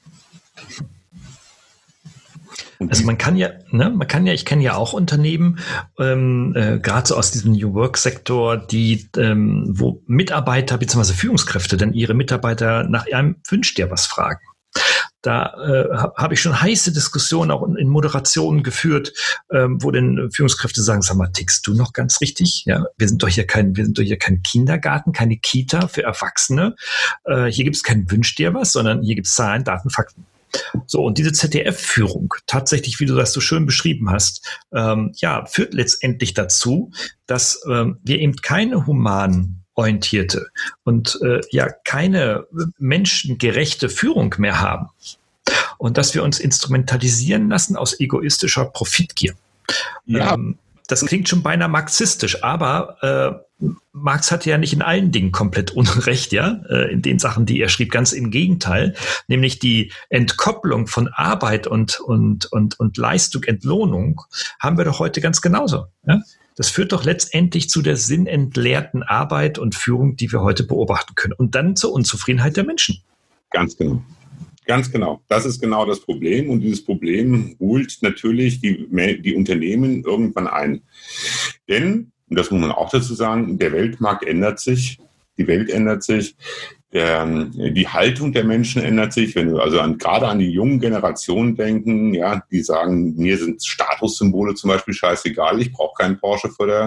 A: Also man kann ja, ich kenne ja auch Unternehmen, gerade so aus diesem New Work-Sektor, die, wo Mitarbeiter bzw. Führungskräfte dann ihre Mitarbeiter nach einem Wünsch dir was fragen. Da habe ich schon heiße Diskussionen auch in Moderationen geführt, wo denn Führungskräfte sagen, sag mal, tickst du noch ganz richtig? Ja, wir sind doch hier kein Kindergarten, keine Kita für Erwachsene. Hier gibt es kein Wünsch dir was, sondern hier gibt es Zahlen, Daten, Fakten. So, und diese ZDF-Führung, tatsächlich, wie du das so schön beschrieben hast, führt letztendlich dazu, dass wir eben keine humanorientierte und keine menschengerechte Führung mehr haben. Und dass wir uns instrumentalisieren lassen aus egoistischer Profitgier.
C: Ja.
A: Das klingt schon beinahe marxistisch, aber Marx hatte ja nicht in allen Dingen komplett Unrecht, ja, in den Sachen, die er schrieb, ganz im Gegenteil, nämlich die Entkopplung von Arbeit und Leistung, Entlohnung, haben wir doch heute ganz genauso. Ja? Das führt doch letztendlich zu der sinnentleerten Arbeit und Führung, die wir heute beobachten können und dann zur Unzufriedenheit der Menschen.
C: Ganz genau. Ganz genau. Das ist genau das Problem. Und dieses Problem holt natürlich die Unternehmen irgendwann ein. Denn, und das muss man auch dazu sagen, der Weltmarkt ändert sich, die Welt ändert sich, die Haltung der Menschen ändert sich. Wenn wir also gerade an die jungen Generationen denken, ja, die sagen, mir sind Statussymbole zum Beispiel scheißegal, ich brauche keinen Porsche vor der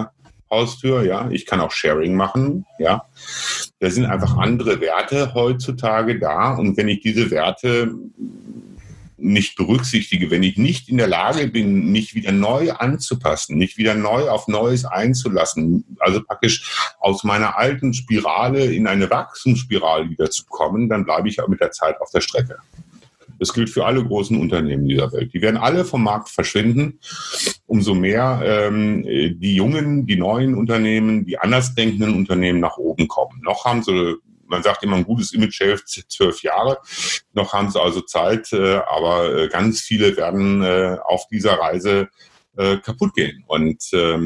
C: Haustür, ja. Ich kann auch Sharing machen, ja. Da sind einfach andere Werte heutzutage da. Und wenn ich diese Werte nicht berücksichtige, wenn ich nicht in der Lage bin, mich wieder neu anzupassen, mich wieder neu auf Neues einzulassen, also praktisch aus meiner alten Spirale in eine Wachstumsspirale wieder zu kommen, dann bleibe ich auch mit der Zeit auf der Strecke. Das gilt für alle großen Unternehmen dieser Welt. Die werden alle vom Markt verschwinden. Umso mehr die jungen, die neuen Unternehmen, die andersdenkenden Unternehmen nach oben kommen. Noch haben sie, man sagt immer, ein gutes Image hilft 12 Jahre. Noch haben sie also Zeit, aber ganz viele werden auf dieser Reise kaputt gehen. Und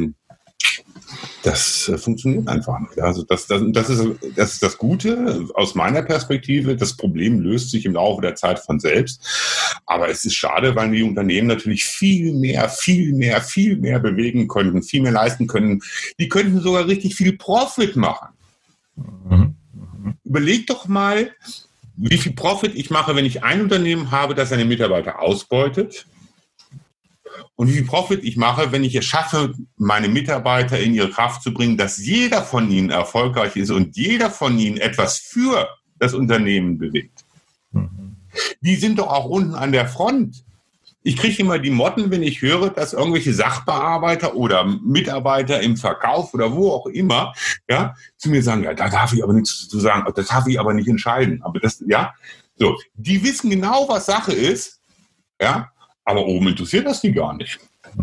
C: das funktioniert einfach nicht. Also das ist das Gute aus meiner Perspektive. Das Problem löst sich im Laufe der Zeit von selbst. Aber es ist schade, weil die Unternehmen natürlich viel mehr bewegen könnten, viel mehr leisten können. Die könnten sogar richtig viel Profit machen. Überleg doch mal, wie viel Profit ich mache, wenn ich ein Unternehmen habe, das seine Mitarbeiter ausbeutet. Und wie viel Profit ich mache, wenn ich es schaffe, meine Mitarbeiter in ihre Kraft zu bringen, dass jeder von ihnen erfolgreich ist und jeder von ihnen etwas für das Unternehmen bewegt. Die sind doch auch unten an der Front. Ich kriege immer die Motten, wenn ich höre, dass irgendwelche Sachbearbeiter oder Mitarbeiter im Verkauf oder wo auch immer, ja, zu mir sagen, ja, da darf ich aber nichts zu sagen, das darf ich aber nicht entscheiden. Aber das, ja, so, die wissen genau, was Sache ist, ja, aber oben interessiert das die gar nicht.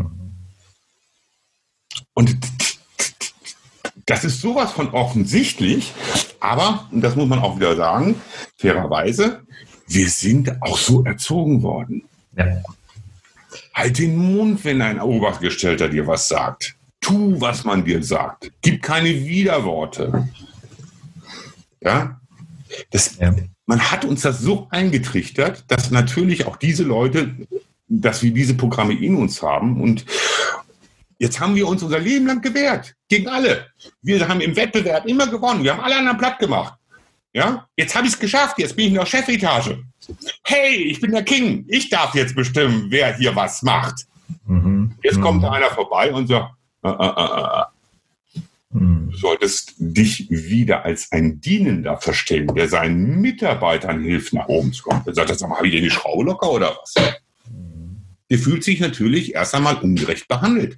C: Und das ist sowas von offensichtlich, aber, und das muss man auch wieder sagen, fairerweise, wir sind auch so erzogen worden. Ja. Halt den Mund, wenn ein Obergestellter dir was sagt. Tu, was man dir sagt. Gib keine Widerworte. Ja? Man hat uns das so eingetrichtert, dass natürlich auch diese Leute, dass wir diese Programme in uns haben. Und jetzt haben wir uns unser Leben lang gewehrt. Gegen alle. Wir haben im Wettbewerb immer gewonnen. Wir haben alle anderen platt gemacht. Ja? Jetzt habe ich es geschafft. Jetzt bin ich in der Chefetage. Hey, ich bin der King. Ich darf jetzt bestimmen, wer hier was macht. Jetzt kommt einer vorbei und sagt, du solltest dich wieder als ein Dienender verstehen, der seinen Mitarbeitern hilft, nach oben zu kommen. Er sagt, sag mal, habe ich denn die Schraube locker oder was? Der fühlt sich natürlich erst einmal ungerecht behandelt.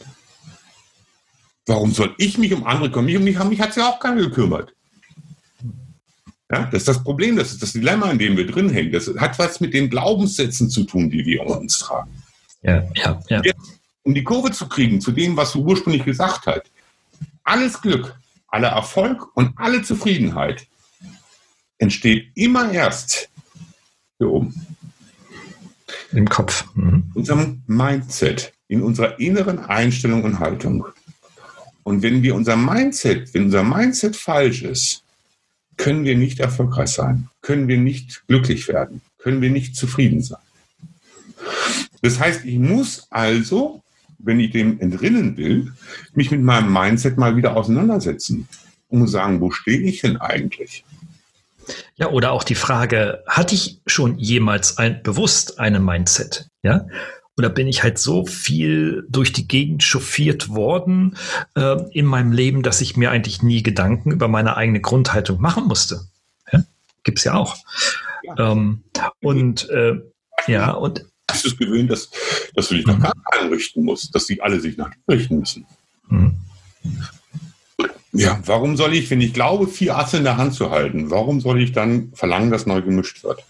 C: Warum soll ich mich um andere kümmern? Um mich hat es ja auch keiner gekümmert. Ja, das ist das Problem, das ist das Dilemma, in dem wir drin hängen. Das hat was mit den Glaubenssätzen zu tun, die wir in uns tragen. Ja. Jetzt, um die Kurve zu kriegen zu dem, was du ursprünglich gesagt hast. Alles Glück, aller Erfolg und alle Zufriedenheit entsteht immer erst hier oben.
A: Im Kopf.
C: In unserem Mindset, in unserer inneren Einstellung und Haltung. Und wenn unser Mindset falsch ist, können wir nicht erfolgreich sein, können wir nicht glücklich werden, können wir nicht zufrieden sein. Das heißt, ich muss also, wenn ich dem entrinnen will, mich mit meinem Mindset mal wieder auseinandersetzen und sagen, wo stehe ich denn eigentlich?
A: Ja, oder auch die Frage, hatte ich schon jemals bewusst eine Mindset? Ja? Oder bin ich halt so viel durch die Gegend chauffiert worden in meinem Leben, dass ich mir eigentlich nie Gedanken über meine eigene Grundhaltung machen musste? Ja? Gibt's ja auch. Ja. Und
C: bist du es gewöhnt, dass du dich nach Karten richten musst, dass die alle sich nach dir richten müssen? Ja, warum soll ich, wenn ich glaube, 4 Asse in der Hand zu halten, warum soll ich dann verlangen, dass neu gemischt wird?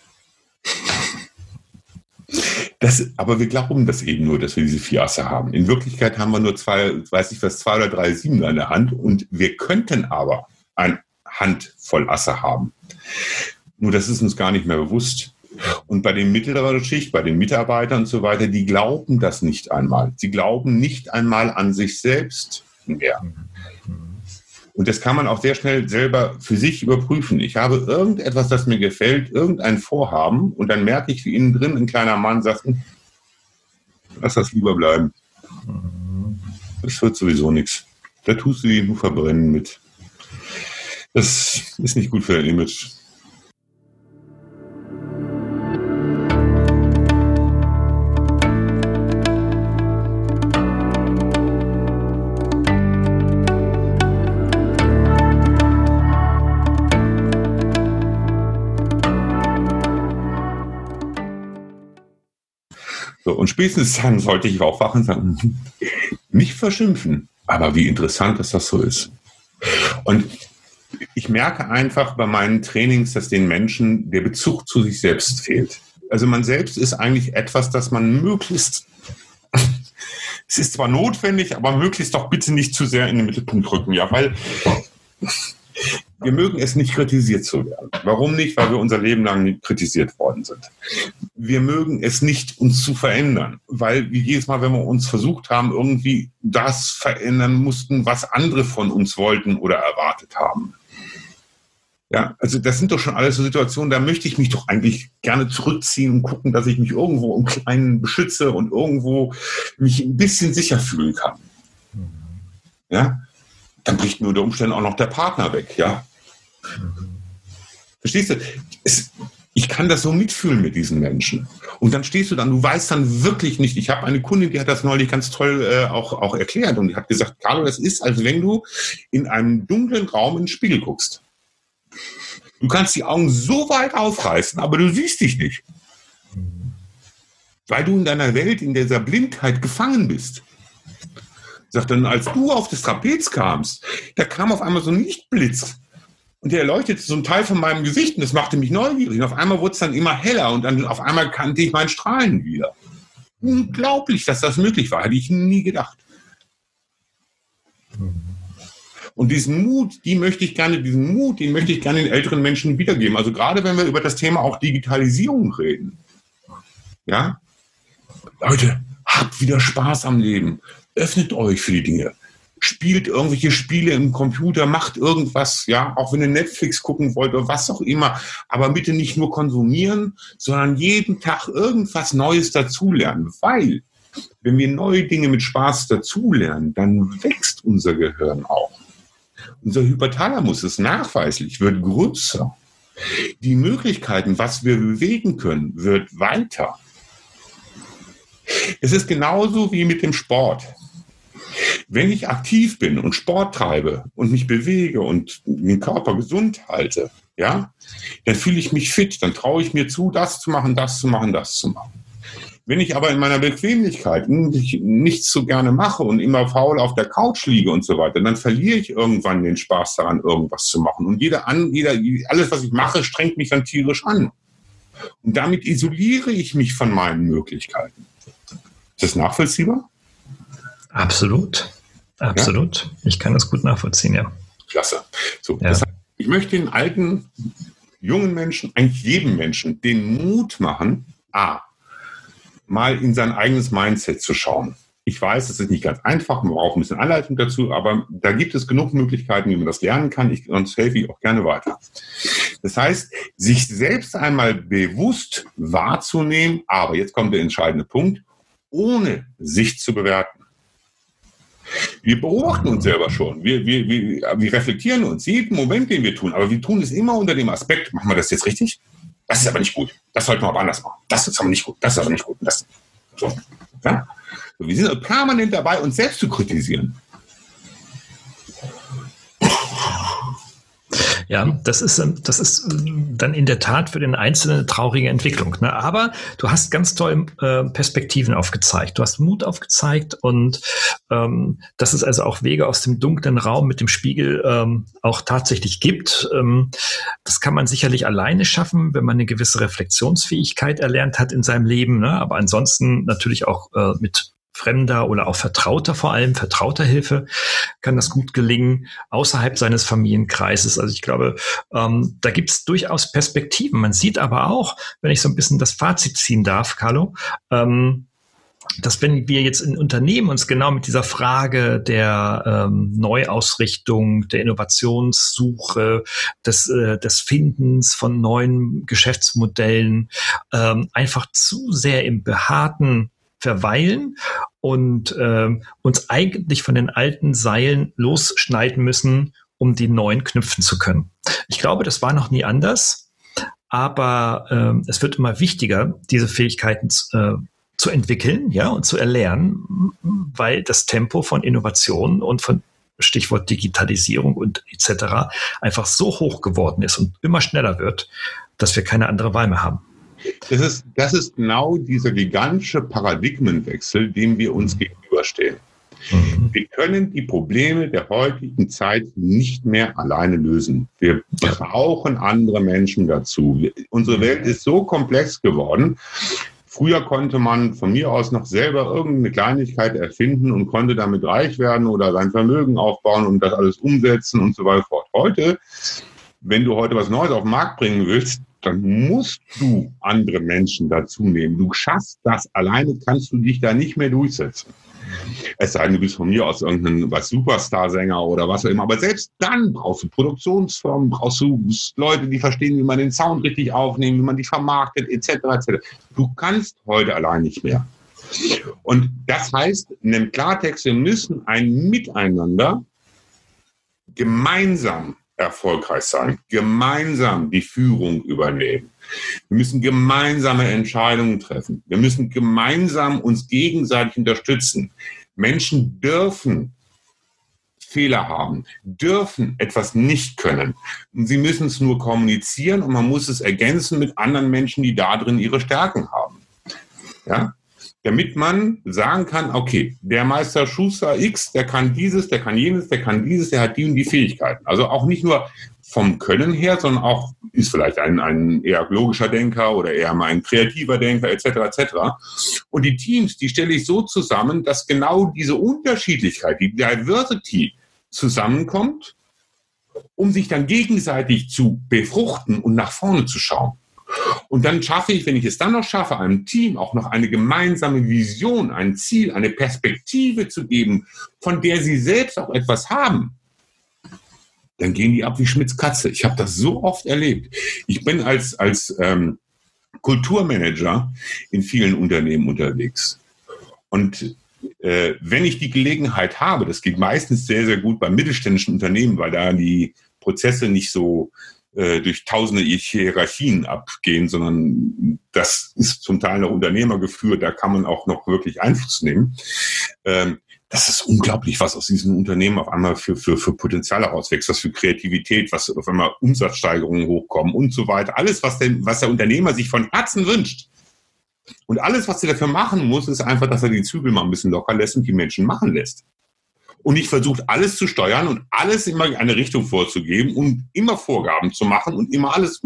C: Aber wir glauben das eben nur, dass wir diese 4 Asse haben. In Wirklichkeit haben wir nur 2 oder 3 Siebener in der Hand und wir könnten aber eine Hand voll Asse haben. Nur das ist uns gar nicht mehr bewusst. Und bei den mittleren Schicht, bei den Mitarbeitern und so weiter, die glauben das nicht einmal. Sie glauben nicht einmal an sich selbst mehr. Und das kann man auch sehr schnell selber für sich überprüfen. Ich habe irgendetwas, das mir gefällt, irgendein Vorhaben und dann merke ich, wie innen drin ein kleiner Mann sagt, lass das lieber bleiben. Das wird sowieso nichts. Da tust du dich nur verbrennen mit. Das ist nicht gut für dein Image. So, und spätestens dann sollte ich aufwachen und sagen, nicht verschimpfen, aber wie interessant, dass das so ist. Und ich merke einfach bei meinen Trainings, dass den Menschen der Bezug zu sich selbst fehlt. Also man selbst ist eigentlich etwas, das man möglichst, es ist zwar notwendig, aber möglichst doch bitte nicht zu sehr in den Mittelpunkt rücken. Ja, weil wir mögen es nicht, kritisiert zu werden. Warum nicht? Weil wir unser Leben lang nicht kritisiert worden sind. Wir mögen es nicht, uns zu verändern, weil wie jedes Mal, wenn wir uns versucht haben, irgendwie das verändern mussten, was andere von uns wollten oder erwartet haben. Ja, also das sind doch schon alles so Situationen, da möchte ich mich doch eigentlich gerne zurückziehen und gucken, dass ich mich irgendwo im Kleinen beschütze und irgendwo mich ein bisschen sicher fühlen kann. Ja, dann bricht mir unter Umständen auch noch der Partner weg, ja. Verstehst du? Ich kann das so mitfühlen mit diesen Menschen. Und dann stehst du dann, du weißt dann wirklich nicht. Ich habe eine Kundin, die hat das neulich ganz toll auch erklärt und die hat gesagt, Carlo, das ist, als wenn du in einem dunklen Raum in den Spiegel guckst. Du kannst die Augen so weit aufreißen, aber du siehst dich nicht. Weil du in deiner Welt, in dieser Blindheit gefangen bist. Sagt dann, als du auf das Trapez kamst, da kam auf einmal so ein Lichtblitz. Und der erleuchtete so einen Teil von meinem Gesicht und das machte mich neugierig. Und auf einmal wurde es dann immer heller und dann auf einmal kannte ich meinen Strahlen wieder. Unglaublich, dass das möglich war. Hätte ich nie gedacht. Und diesen Mut, den möchte ich gerne den älteren Menschen wiedergeben. Also gerade wenn wir über das Thema auch Digitalisierung reden. Ja? Leute, habt wieder Spaß am Leben. Öffnet euch für die Dinge. Spielt irgendwelche Spiele im Computer, macht irgendwas, ja, auch wenn ihr Netflix gucken wollt oder was auch immer. Aber bitte nicht nur konsumieren, sondern jeden Tag irgendwas Neues dazulernen. Weil, wenn wir neue Dinge mit Spaß dazulernen, dann wächst unser Gehirn auch. Unser Hypothalamus ist nachweislich, wird größer. Die Möglichkeiten, was wir bewegen können, wird weiter. Es ist genauso wie mit dem Sport. Wenn ich aktiv bin und Sport treibe und mich bewege und den Körper gesund halte, ja, dann fühle ich mich fit, dann traue ich mir zu, das zu machen, das zu machen, das zu machen. Wenn ich aber in meiner Bequemlichkeit nichts so gerne mache und immer faul auf der Couch liege und so weiter, dann verliere ich irgendwann den Spaß daran, irgendwas zu machen. Und alles, was ich mache, strengt mich dann tierisch an. Und damit isoliere ich mich von meinen Möglichkeiten. Ist das nachvollziehbar?
A: Absolut. Absolut. Ja? Ich kann das gut nachvollziehen, ja.
C: Klasse. So, ja. Das heißt, ich möchte den alten, jungen Menschen, eigentlich jedem Menschen, den Mut machen, mal in sein eigenes Mindset zu schauen. Ich weiß, es ist nicht ganz einfach, man braucht ein bisschen Anleitung dazu, aber da gibt es genug Möglichkeiten, wie man das lernen kann. Sonst helfe ich auch gerne weiter. Das heißt, sich selbst einmal bewusst wahrzunehmen, aber jetzt kommt der entscheidende Punkt, ohne sich zu bewerten. Wir beobachten uns selber schon. Wir reflektieren uns jeden Moment, den wir tun, aber wir tun es immer unter dem Aspekt, machen wir das jetzt richtig? Das ist aber nicht gut. Das sollten wir aber anders machen. Das ist aber nicht gut. Das ist aber nicht gut. Das, so. Ja? So, wir sind permanent dabei, uns selbst zu kritisieren.
A: Ja, das ist dann in der Tat für den Einzelnen eine traurige Entwicklung. Ne? Aber du hast ganz toll Perspektiven aufgezeigt. Du hast Mut aufgezeigt und dass es also auch Wege aus dem dunklen Raum mit dem Spiegel auch tatsächlich gibt. Das kann man sicherlich alleine schaffen, wenn man eine gewisse Reflexionsfähigkeit erlernt hat in seinem Leben. Ne? Aber ansonsten natürlich auch mit Fremder oder auch Vertrauter, vor allem vertrauter Hilfe, kann das gut gelingen, außerhalb seines Familienkreises. Also ich glaube, da gibt es durchaus Perspektiven. Man sieht aber auch, wenn ich so ein bisschen das Fazit ziehen darf, Carlo, dass wenn wir jetzt in Unternehmen uns genau mit dieser Frage der Neuausrichtung, der Innovationssuche, des Findens von neuen Geschäftsmodellen einfach zu sehr im Behaarten verweilen und uns eigentlich von den alten Seilen losschneiden müssen, um die neuen knüpfen zu können. Ich glaube, das war noch nie anders, aber es wird immer wichtiger, diese Fähigkeiten zu entwickeln, ja, und zu erlernen, weil das Tempo von Innovation und von Stichwort Digitalisierung und etc. einfach so hoch geworden ist und immer schneller wird, dass wir keine andere Wahl mehr haben.
C: Das ist genau dieser gigantische Paradigmenwechsel, dem wir uns gegenüberstehen. Wir können die Probleme der heutigen Zeit nicht mehr alleine lösen. Wir brauchen andere Menschen dazu. Unsere Welt ist so komplex geworden. Früher konnte man von mir aus noch selber irgendeine Kleinigkeit erfinden und konnte damit reich werden oder sein Vermögen aufbauen und das alles umsetzen und so weiter fort. Heute, wenn du heute was Neues auf den Markt bringen willst, dann musst du andere Menschen dazu nehmen. Du schaffst das. Alleine kannst du dich da nicht mehr durchsetzen. Es sei denn, du bist von mir aus irgendein Superstar-Sänger oder was auch immer. Aber selbst dann brauchst du Produktionsfirmen, brauchst du Leute, die verstehen, wie man den Sound richtig aufnimmt, wie man die vermarktet, etc. etc. Du kannst heute allein nicht mehr. Und das heißt, in dem Klartext, wir müssen ein Miteinander gemeinsam erfolgreich sein, gemeinsam die Führung übernehmen. Wir müssen gemeinsame Entscheidungen treffen. Wir müssen gemeinsam uns gegenseitig unterstützen. Menschen dürfen Fehler haben, dürfen etwas nicht können. Und sie müssen es nur kommunizieren und man muss es ergänzen mit anderen Menschen, die da drin ihre Stärken haben. Ja? Damit man sagen kann, okay, der Meister Schuster X, der kann dieses, der kann jenes, der kann dieses, der hat die und die Fähigkeiten. Also auch nicht nur vom Können her, sondern auch ist vielleicht ein eher logischer Denker oder eher mal ein kreativer Denker etc. etc. Und die Teams, die stelle ich so zusammen, dass genau diese Unterschiedlichkeit, die Diversity zusammenkommt, um sich dann gegenseitig zu befruchten und nach vorne zu schauen. Und dann schaffe ich, wenn ich es dann noch schaffe, einem Team auch noch eine gemeinsame Vision, ein Ziel, eine Perspektive zu geben, von der sie selbst auch etwas haben, dann gehen die ab wie Schmitz Katze. Ich habe das so oft erlebt. Ich bin als Kulturmanager in vielen Unternehmen unterwegs. Und wenn ich die Gelegenheit habe, das geht meistens sehr, sehr gut bei mittelständischen Unternehmen, weil da die Prozesse nicht so durch tausende Hierarchien abgehen, sondern das ist zum Teil noch Unternehmer geführt, da kann man auch noch wirklich Einfluss nehmen. Das ist unglaublich, was aus diesen Unternehmen auf einmal für Potenzial herauswächst, was für Kreativität, was auf einmal Umsatzsteigerungen hochkommen und so weiter. Alles, was der Unternehmer sich von Herzen wünscht. Und alles, was er dafür machen muss, ist einfach, dass er die Zügel mal ein bisschen locker lässt und die Menschen machen lässt. Und nicht versucht, alles zu steuern und alles immer in eine Richtung vorzugeben und immer Vorgaben zu machen und immer alles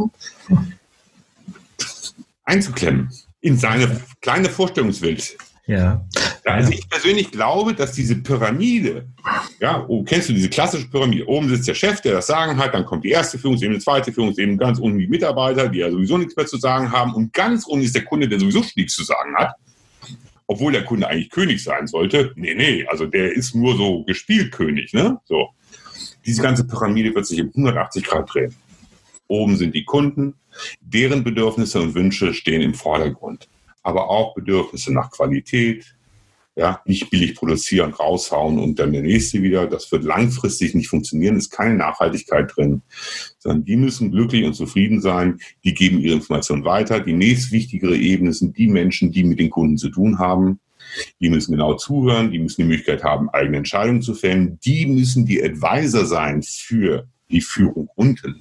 C: einzuklemmen in seine kleine Vorstellungswelt.
A: Ja.
C: Also ich persönlich glaube, dass diese Pyramide, kennst du diese klassische Pyramide? Oben sitzt der Chef, der das Sagen hat, dann kommt die erste Führungsebene, die zweite Führungsebene, ganz unten die Mitarbeiter, die ja sowieso nichts mehr zu sagen haben und ganz unten ist der Kunde, der sowieso nichts zu sagen hat. Obwohl der Kunde eigentlich König sein sollte. Nee, also der ist nur so gespielt König, ne? So. Diese ganze Pyramide wird sich um 180 Grad drehen. Oben sind die Kunden, deren Bedürfnisse und Wünsche stehen im Vordergrund. Aber auch Bedürfnisse nach Qualität, nicht billig produzieren, raushauen und dann der nächste wieder. Das wird langfristig nicht funktionieren, ist keine Nachhaltigkeit drin, sondern die müssen glücklich und zufrieden sein, die geben ihre Informationen weiter. Die nächstwichtigere Ebene sind die Menschen, die mit den Kunden zu tun haben. Die müssen genau zuhören, die müssen die Möglichkeit haben, eigene Entscheidungen zu fällen. Die müssen die Advisor sein für die Führung unten.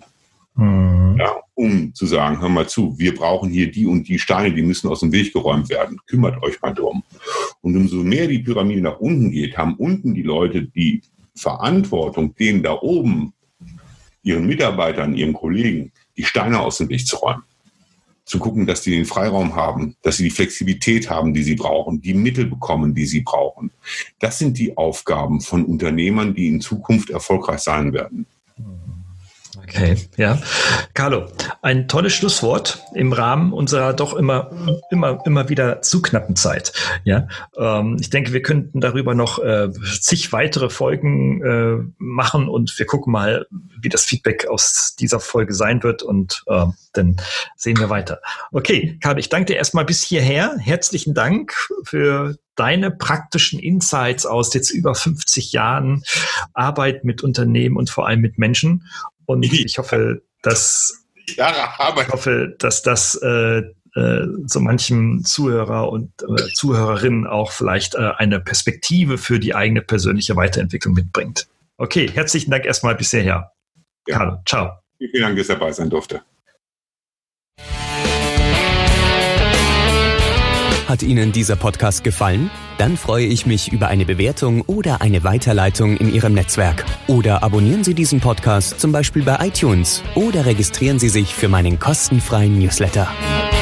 C: Um zu sagen, hör mal zu, wir brauchen hier die und die Steine, die müssen aus dem Weg geräumt werden. Kümmert euch mal drum. Und umso mehr die Pyramide nach unten geht, haben unten die Leute die Verantwortung, denen da oben, ihren Mitarbeitern, ihren Kollegen, die Steine aus dem Weg zu räumen. Zu gucken, dass die den Freiraum haben, dass sie die Flexibilität haben, die sie brauchen, die Mittel bekommen, die sie brauchen. Das sind die Aufgaben von Unternehmern, die in Zukunft erfolgreich sein werden.
A: Okay, ja. Carlo, ein tolles Schlusswort im Rahmen unserer doch immer wieder zu knappen Zeit. Ja, ich denke, wir könnten darüber noch zig weitere Folgen machen und wir gucken mal, wie das Feedback aus dieser Folge sein wird und dann sehen wir weiter. Okay, Carlo, ich danke dir erstmal bis hierher. Herzlichen Dank für deine praktischen Insights aus jetzt über 50 Jahren Arbeit mit Unternehmen und vor allem mit Menschen. Und ich hoffe, dass das so manchem Zuhörer und Zuhörerin auch vielleicht eine Perspektive für die eigene persönliche Weiterentwicklung mitbringt. Okay, herzlichen Dank erstmal bis hierher. Carlo, ciao.
C: Vielen Dank, dass ihr dabei sein durfte.
B: Hat Ihnen dieser Podcast gefallen? Dann freue ich mich über eine Bewertung oder eine Weiterleitung in Ihrem Netzwerk. Oder abonnieren Sie diesen Podcast zum Beispiel bei iTunes oder registrieren Sie sich für meinen kostenfreien Newsletter.